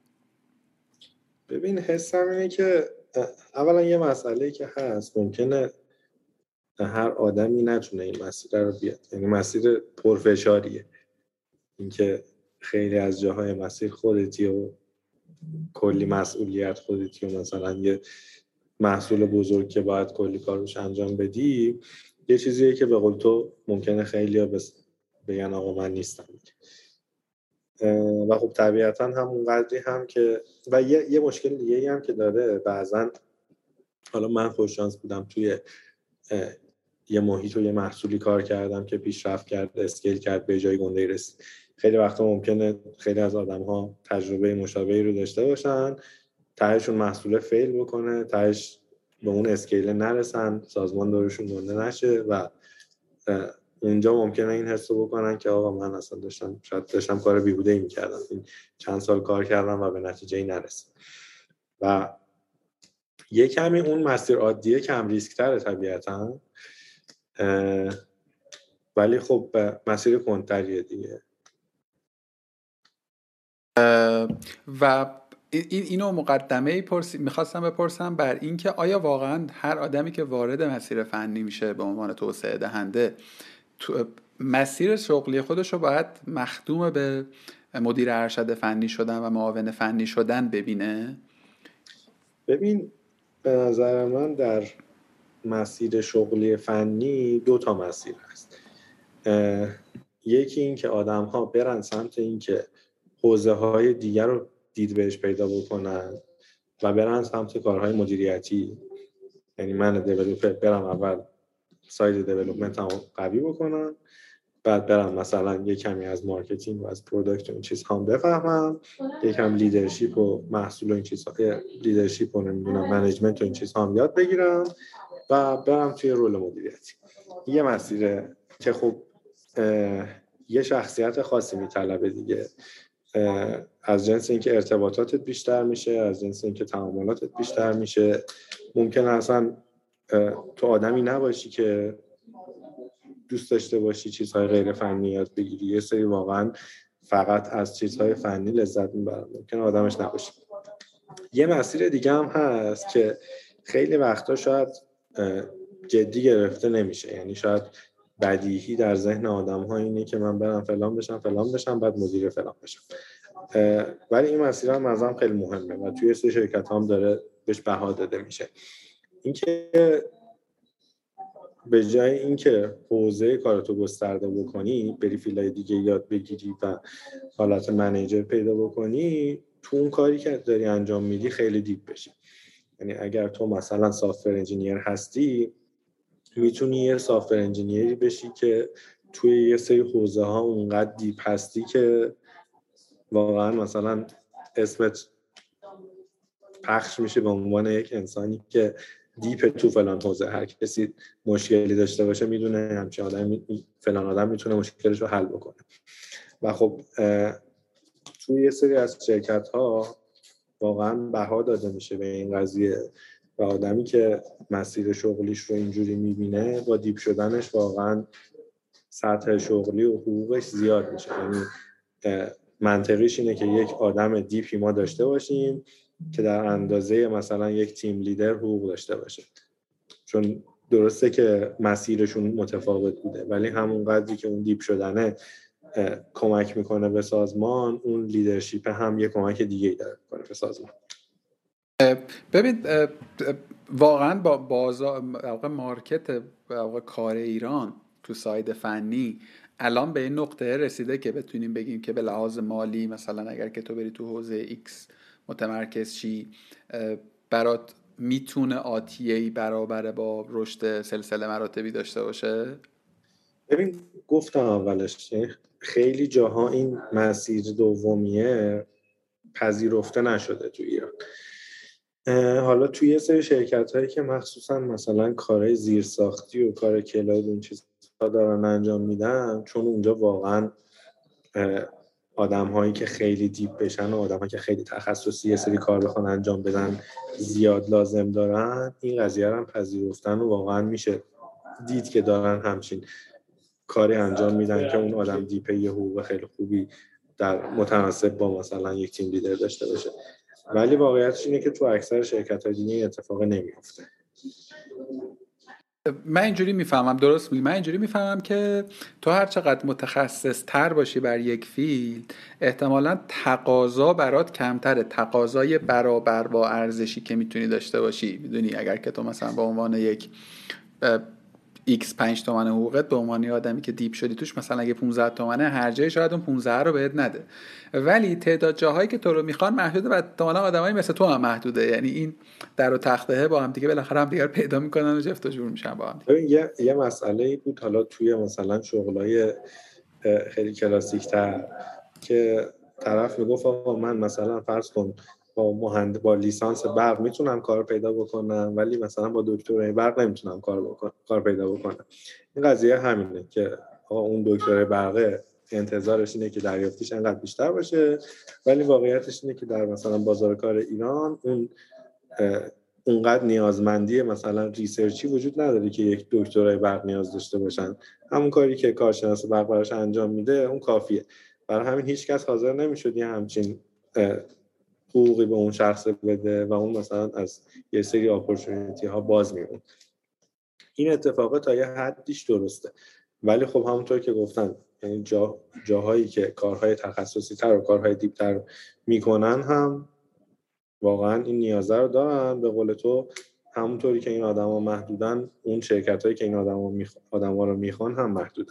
ببین حسم اینه که اولا یه مسئله که هست، ممکنه هر آدمی نتونه این مسیر رو بیاد، یعنی مسیر پرفشاریه، اینکه خیلی از جاهای مسیر خودتی و کلی مسئولیت خودتی و مثلا یه محصول بزرگ که باید کلی کارش انجام بدی، یه چیزیه که به قول تو ممکنه خیلی ها بگن آقا من نیستم. و خب طبیعتا همون قدری هم که و یه مشکل دیگه هم که داره، بعضن حالا من خوششانس بودم توی یه محیط و یه محصولی کار کردم که پیشرفت کرد، اسکیل کرد، به جای گنده رسید. خیلی وقتا ممکنه خیلی از آدم‌ها تجربه مشابهی رو داشته باشن، تهشون محصول فیل بکنه، تهش به اون اسکیل نرسن، سازمان دورشون گنده نشه و اونجا ممکنه این حسو بکنن که آقا من اصلا داشتم کار بیهوده‌ای می‌کردم، این چند سال کار کردم و به نتیجه‌ای نرسید. و یه کمی اون مسیر عادیه کم ریسک‌تره طبیعتاً، ولی خب مسیر کندتریه دیگه. و اینو مقدمه میخواستم بپرسم بر این که آیا واقعا هر آدمی که وارد مسیر فنی میشه به عنوان توسعه دهنده، مسیر شغلی خودش رو باید مخدوم به مدیر ارشد فنی شدن و معاون فنی شدن ببینه؟ ببین به نظر من در مسیر شغلی فنی 2 تا مسیر هست. یکی این که آدم ها برن سمت این که حوزه های دیگر رو دید بهش پیدا بکنن و برن سمت کارهای مدیریتی. یعنی من دیولپر برم اول ساید دیولپمنت هم قوی بکنم، بعد برم مثلا یه کمی از مارکتینگ و از پروداکت و این چیزها هم بفهمم، یکم لیدرشپ و محصول و این چیزها، لیدرشپ و نمیدونم منیجمنت و این چیزها هم یاد بگیرم و برم توی رول مدیریتی. یه مسیره که خب یه شخصیت خاصی میطلبه دیگه، از جنس اینکه ارتباطاتت بیشتر میشه، از جنس اینکه تعاملاتت بیشتر میشه. ممکنه اصلا تو آدمی نباشی که دوست داشته باشی چیزهای غیر فنی یاد بگیری، یه سری واقعا فقط از چیزهای فنی لذت میبرن، ممکنه آدمش نباشی. یه مسیر دیگه هم هست که خیلی وقتا شاید جدی گرفته نمیشه، یعنی شاید بدیهی در ذهن آدم‌ها اینه که من برم فلان بشم بعد مدیر فلان بشم، ولی این مسیر هم مثلا خیلی مهمه و توی سه شرکت هم داره بهش بها داده میشه. اینکه به جای اینکه حوزه کارتو گسترده بکنی، بری فیلای دیگه یاد بگیری و حالت منیجر پیدا بکنی، تو اون کاری که داری انجام میدی خیلی دیپ بشی. یعنی اگر تو مثلا سافت‌ور انجینیر هستی، میتونی یه سافت‌ور انجینیری بشی که توی یه سری حوزه ها اونقدر دیپ هستی که واقعا مثلا اسمت پخش میشه به عنوان یک انسانی که دیپ تو فلان حوزه. هر کسی مشکلی داشته باشه میدونه همچین آدم فلان آدم میتونه مشکلش رو حل بکنه. و خب توی یه سری از شرکت ها واقعا بها داده میشه به این قضیه و آدمی که مسیر شغلیش رو اینجوری میبینه با دیپ شدنش واقعا سطح شغلی و حقوقش زیاد میشه. یعنی منطقیش اینه که یک آدم دیپی ما داشته باشیم که در اندازه مثلا یک تیم لیدر حقوق داشته باشه، چون درسته که مسیرشون متفاوت بوده ولی همون قدری که اون دیپ شدنه کمک میکنه به سازمان، اون لیدرشیپ هم یه کمک دیگه داره میکنه به سازمان. ببین واقعا با بازار مارکت کار ایران تو ساید فنی الان به این نقطه رسیده که بتونیم بگیم که به لحاظ مالی مثلا اگر که تو بری تو حوزه X متمرکز شی، برات میتونه آتیه‌ای برابر با رشد سلسله مراتبی داشته باشه؟ ببین گفتم اولش خیلی جاها این مسیر دومیه پذیرفته نشده تو ایران. حالا توی یه سری شرکت هایی که مخصوصا مثلا کارهای زیرساختی و کار کلاود این چیزا دارن انجام میدن، چون اونجا واقعا آدم هایی که خیلی دیپ بشن و آدم هایی که خیلی تخصصی یه سری کار بخوان انجام بدن زیاد لازم دارن، این قضیه رو هم پذیرفتن و واقعا میشه دید که دارن همچین کاری انجام میدن که اون آدم دیپه یه حقوق خیلی خوبی در متناسب با مثلا یک تیم لیدر داشته باشه. ولی واقعیتش اینه که تو اکثر شرکت‌های دیگه این اتفاق نمیفته. من اینجوری میفهمم، درست میگی، من اینجوری میفهمم که تو هر چقدر متخصص تر باشی بر یک فیلد احتمالاً تقاضا برات کمتره، تقاضای برابر با ارزشی که میتونی داشته باشی. میدونی اگر که تو مثلا به عنوان یک X 5 تومن حقوقت به عنوان آدمی که دیپ شدی توش مثلا اگه 15 تومنه، هر جایی شاید اون 15 رو بهت نده، ولی تعداد جاهایی که تو رو میخوان محدوده و احتمالاً آدمایی مثل تو هم محدوده. یعنی این در و تخته با هم دیگه بالاخره هم دیگه رو پیدا میکنن و جفت و جور میشن با هم دیگه. یه مسئله بود حالا توی مثلا شغلای خیلی کلاسیک تر که طرف میگفت آقا من مثلا فرض کن با لیسانس برق میتونم کار پیدا بکنم ولی مثلا با دکترای برق نمیتونم کار پیدا بکنم. این قضیه همینه که آقا اون دکترای برقه انتظارش اینه که دریافتیش انقدر بیشتر باشه، ولی واقعیتش اینه که در مثلا بازار کار ایران اونقدر نیازمندی مثلا ریسرچی وجود نداره که یک دکترای برق نیاز داشته باشن. همون کاری که کارشناس برق براش انجام میده اون کافیه. برای همین هیچ کس حاضر نمیشد یه همچین حقوقی به اون شخص بده و اون مثلا از یه سری اپورتونیتی ها باز میمون. این اتفاقات تا یه حدیش درسته، ولی خب همونطور که گفتم یعنی جاهایی که کارهای تخصصی تر و کارهای دیپ تر میکنن هم واقعا این نیازه رو دارن. به قول تو همونطوری که این آدما محدودن، اون شرکتایی که این آدما رو میخوان هم محدودن.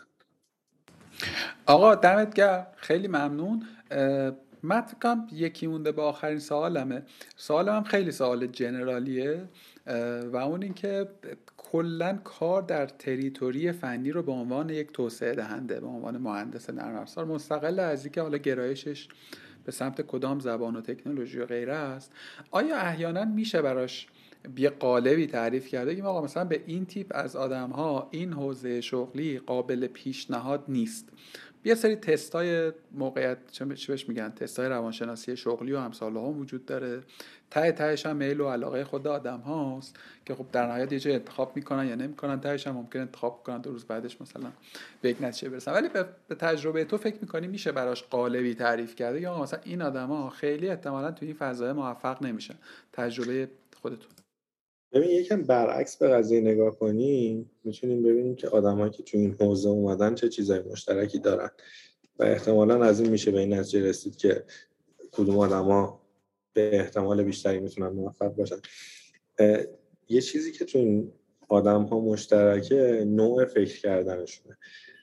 آقا دمت گرم، خیلی ممنون. من فکر کنم یکی مونده به آخرین سوالم خیلی سوال جنرالیه و اون این که کلا کار در تریتوری فنی رو به عنوان یک توسعه دهنده، به عنوان مهندس نرم افزار، مستقل از اینکه حالا گرایشش به سمت کدام زبان و تکنولوژی و غیره است، آیا احیانا میشه براش یه قالبی تعریف کرده که آقا مثلا به این تیپ از آدم‌ها این حوزه شغلی قابل پیشنهاد نیست؟ یه سری تستای موقعیت، چه بهش میگن، تستای روانشناسی شغلی و امثال هم وجود داره. تهش هم میل و علاقه خود آدم هاست که خب در نهایت یه جای انتخاب میکنن یا نمیکنن، تهش هم ممکن انتخاب کنن 2 روز بعدش مثلا به یک نتیجه برسن. ولی به تجربه تو فکر میکنی میشه براش قالبی تعریف کرده یا مثلا این آدما خیلی احتمالاً توی این فضای موفق نمیشن؟ تجربه خودتون. ببین یکم برعکس به قضیه نگاه کنیم، میتونیم ببینیم که آدمایی که تو این حوزه اومدن چه چیزای مشترکی دارن و احتمالاً از این میشه به این نتیجه رسید که کدوم آدما به احتمال بیشتری میتونن موفق باشن. یه چیزی که تو این آدم ها مشترکه نوع فکر کردنشونه.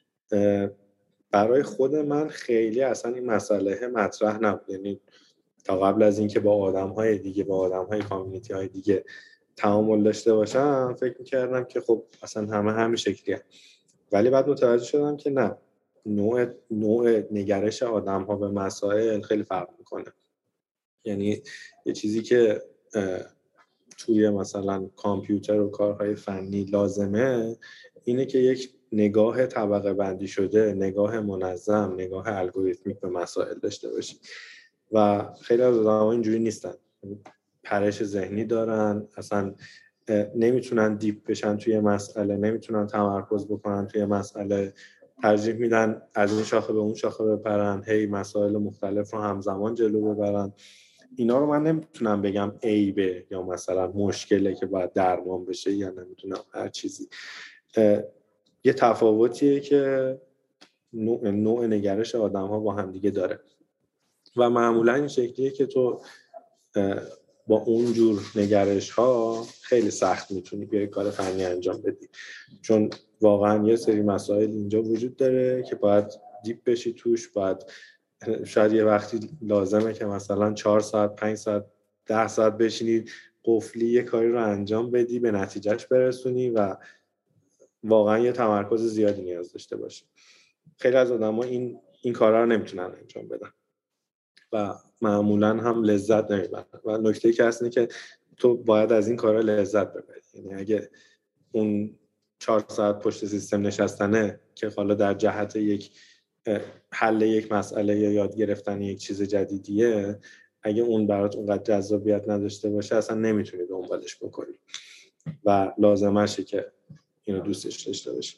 برای خود من خیلی اصلا این مسئله مطرح نبود، یعنی تا قبل از اینکه با آدم‌های دیگه، با آدم‌های کامیونیتی‌های دیگه تعامل داشته باشم فکر می‌کردم که خب اصلا همین شکلیه. ولی بعد متوجه شدم که نه، نوع نگرش آدم‌ها به مسائل خیلی فرق می‌کنه. یعنی یه چیزی که توی مثلا کامپیوتر و کارهای فنی لازمه اینه که یک نگاه طبقه بندی شده، نگاه منظم، نگاه الگوریتمیک به مسائل داشته باشی و خیلی از آدم‌ها اینجوری نیستن، پرش ذهنی دارن، اصلا نمیتونن دیپ بشن توی مسئله، نمیتونن تمرکز بکنن توی مسئله، ترجیح میدن از این شاخه به اون شاخه بپرن، هی مسائل مختلف رو همزمان جلو ببرن. اینا رو من نمیتونم بگم عیبه یا مثلا مشکله که باید درمان بشه یا نمیتونم هر چیزی. یه تفاوتیه که نوع نگرش آدم ها با هم دیگه داره و معمولا این شکلیه که تو با اون جور نگرش ها خیلی سخت میتونی بیای کار فنی انجام بدی، چون واقعا یه سری مسائل اینجا وجود داره که باید دیپ بشی توش، باید شاید یه وقتی لازمه که مثلا 4 ساعت 5 ساعت 10 ساعت بشینی قفلی یه کاری رو انجام بدی، به نتیجهش برسونی و واقعا یه تمرکز زیادی نیاز داشته باشی. خیلی از آدم‌ها این کارا رو نمیتونن انجام بدن و معمولا هم لذت نمیبرن و نکته که هست اینه که تو باید از این کارا لذت ببری. یعنی اگه اون 4 ساعت پشت سیستم نشستنه که حالا در جهت یک حل یک مسئله یا یاد گرفتن یک چیز جدیدیه، اگه اون برات اونقدر جذابیت نداشته باشه اصلا نمیتونی دنبالش بکنی و لازمشه که اینو دوستش داشته باشی.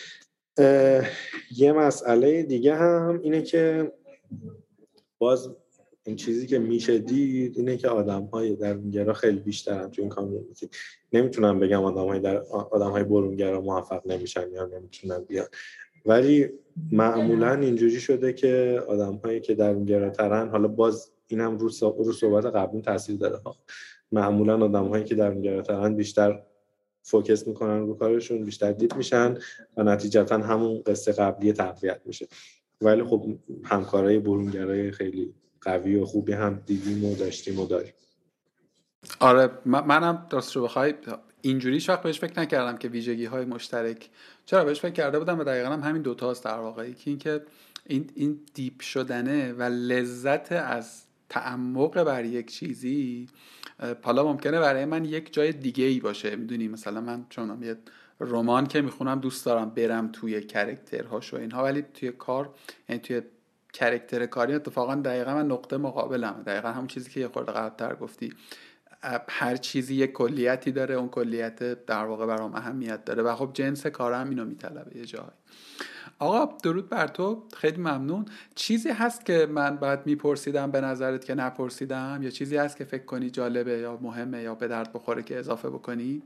یه مسئله دیگه هم اینه که باز این چیزی که میشه دید اینه که آدم‌های درونگرا خیلی بیشترن تو این کامیونیتی. نمیتونم بگم آدم‌های برونگرا موفق نمیشن یا نمیتونن بیان، ولی معمولا اینجوری شده که آدم‌هایی که درونگراترن، حالا باز اینم رو صحبت قبلی تاثیر داره، معمولا آدم‌هایی که درونگراترن بیشتر فوکس میکنن رو کارشون، بیشتر دیپ میشن و نتیجتا همون قصه قبلی تقویت میشه. ولی خب همکارای برونگرای خیلی قوی و خوبی هم دیدیم و داشتیم و داریم. آره منم درست رو بخوای اینجوری وقت بهش فکر نکردم که ویژگی های مشترک، چرا بهش فکر کرده بودم و دقیقاً هم همین دوتاست در واقع، که اینکه این دیپ شدنه و لذت از تعمق بر یک چیزی. حالا ممکنه برای من یک جای دیگه ای باشه، میدونی مثلا من چون یه رمان که میخونم دوست دارم برم توی کرکترهاش و اینها، ولی توی کار، یعنی توی کرکتر کاری اتفاقا دقیقاً من نقطه مقابلم، دقیقاً همون چیزی که یه خورده قبل‌تر گفتی، هر چیزی یک کلیتی داره، اون کلیت در واقع برام اهمیت داره و خب جنس کارم اینو میطلبه یه جایی. آقا درود بر تو، خیلی ممنون. چیزی هست که من باید میپرسیدم به نظرت که نپرسیدم، یا چیزی هست که فکر کنی جالبه یا مهمه یا به درد بخوره که اضافه بکنی؟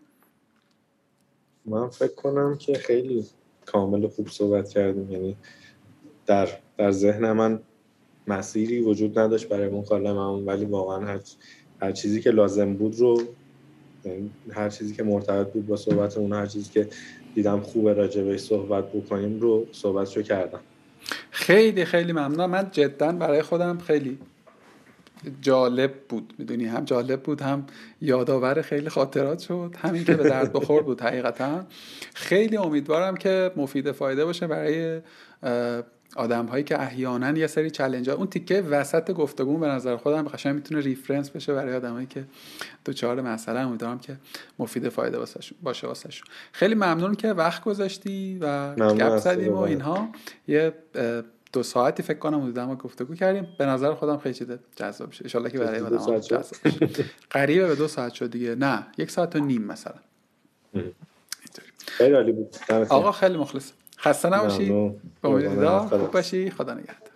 من فکر کنم که خیلی کامل و خوب صحبت کردیم، یعنی در ذهن من مسیری وجود نداشت برای مکالمه‌مون، ولی واقعا هر چیزی که لازم بود رو، هر چیزی که مرتبط بود با صحبتمون، هر چیزی که دیدم خوبه راجع بهش صحبت بکنیم رو صحبتشو کردم. خیلی خیلی ممنونم. من جدا برای خودم خیلی جالب بود، میدونی، هم جالب بود، هم یادآور خیلی خاطرات شد، همین که به درد بخور بود حقیقتا. خیلی امیدوارم که مفید فایده باشه برای آدم هایی که احیانا یه سری چالش ها، اون تیکه وسط گفتگو به نظر خودم قشنگ میتونه ریفرنس بشه برای آدمایی که دوچار مسئله. امیدوارم که مفید فایده باشه واسهشون. خیلی ممنون که وقت گذاشتی و گپ زدیم و اینها. یه 2 ساعتی فکر کنم حدوداً ما گفتگو کردیم. به نظر خودم خیلی چیز جذاب شه، ان شاءالله که برای آدم‌ها جذاب شه. قریبه به 2 ساعت شد دیگه، نه 1 ساعت و نیم مثلا. خیلی عالی بود. آقا خیلی مخلص. خسته نباشی. به امید دیدار. خوب باشی. خدا نگهدار.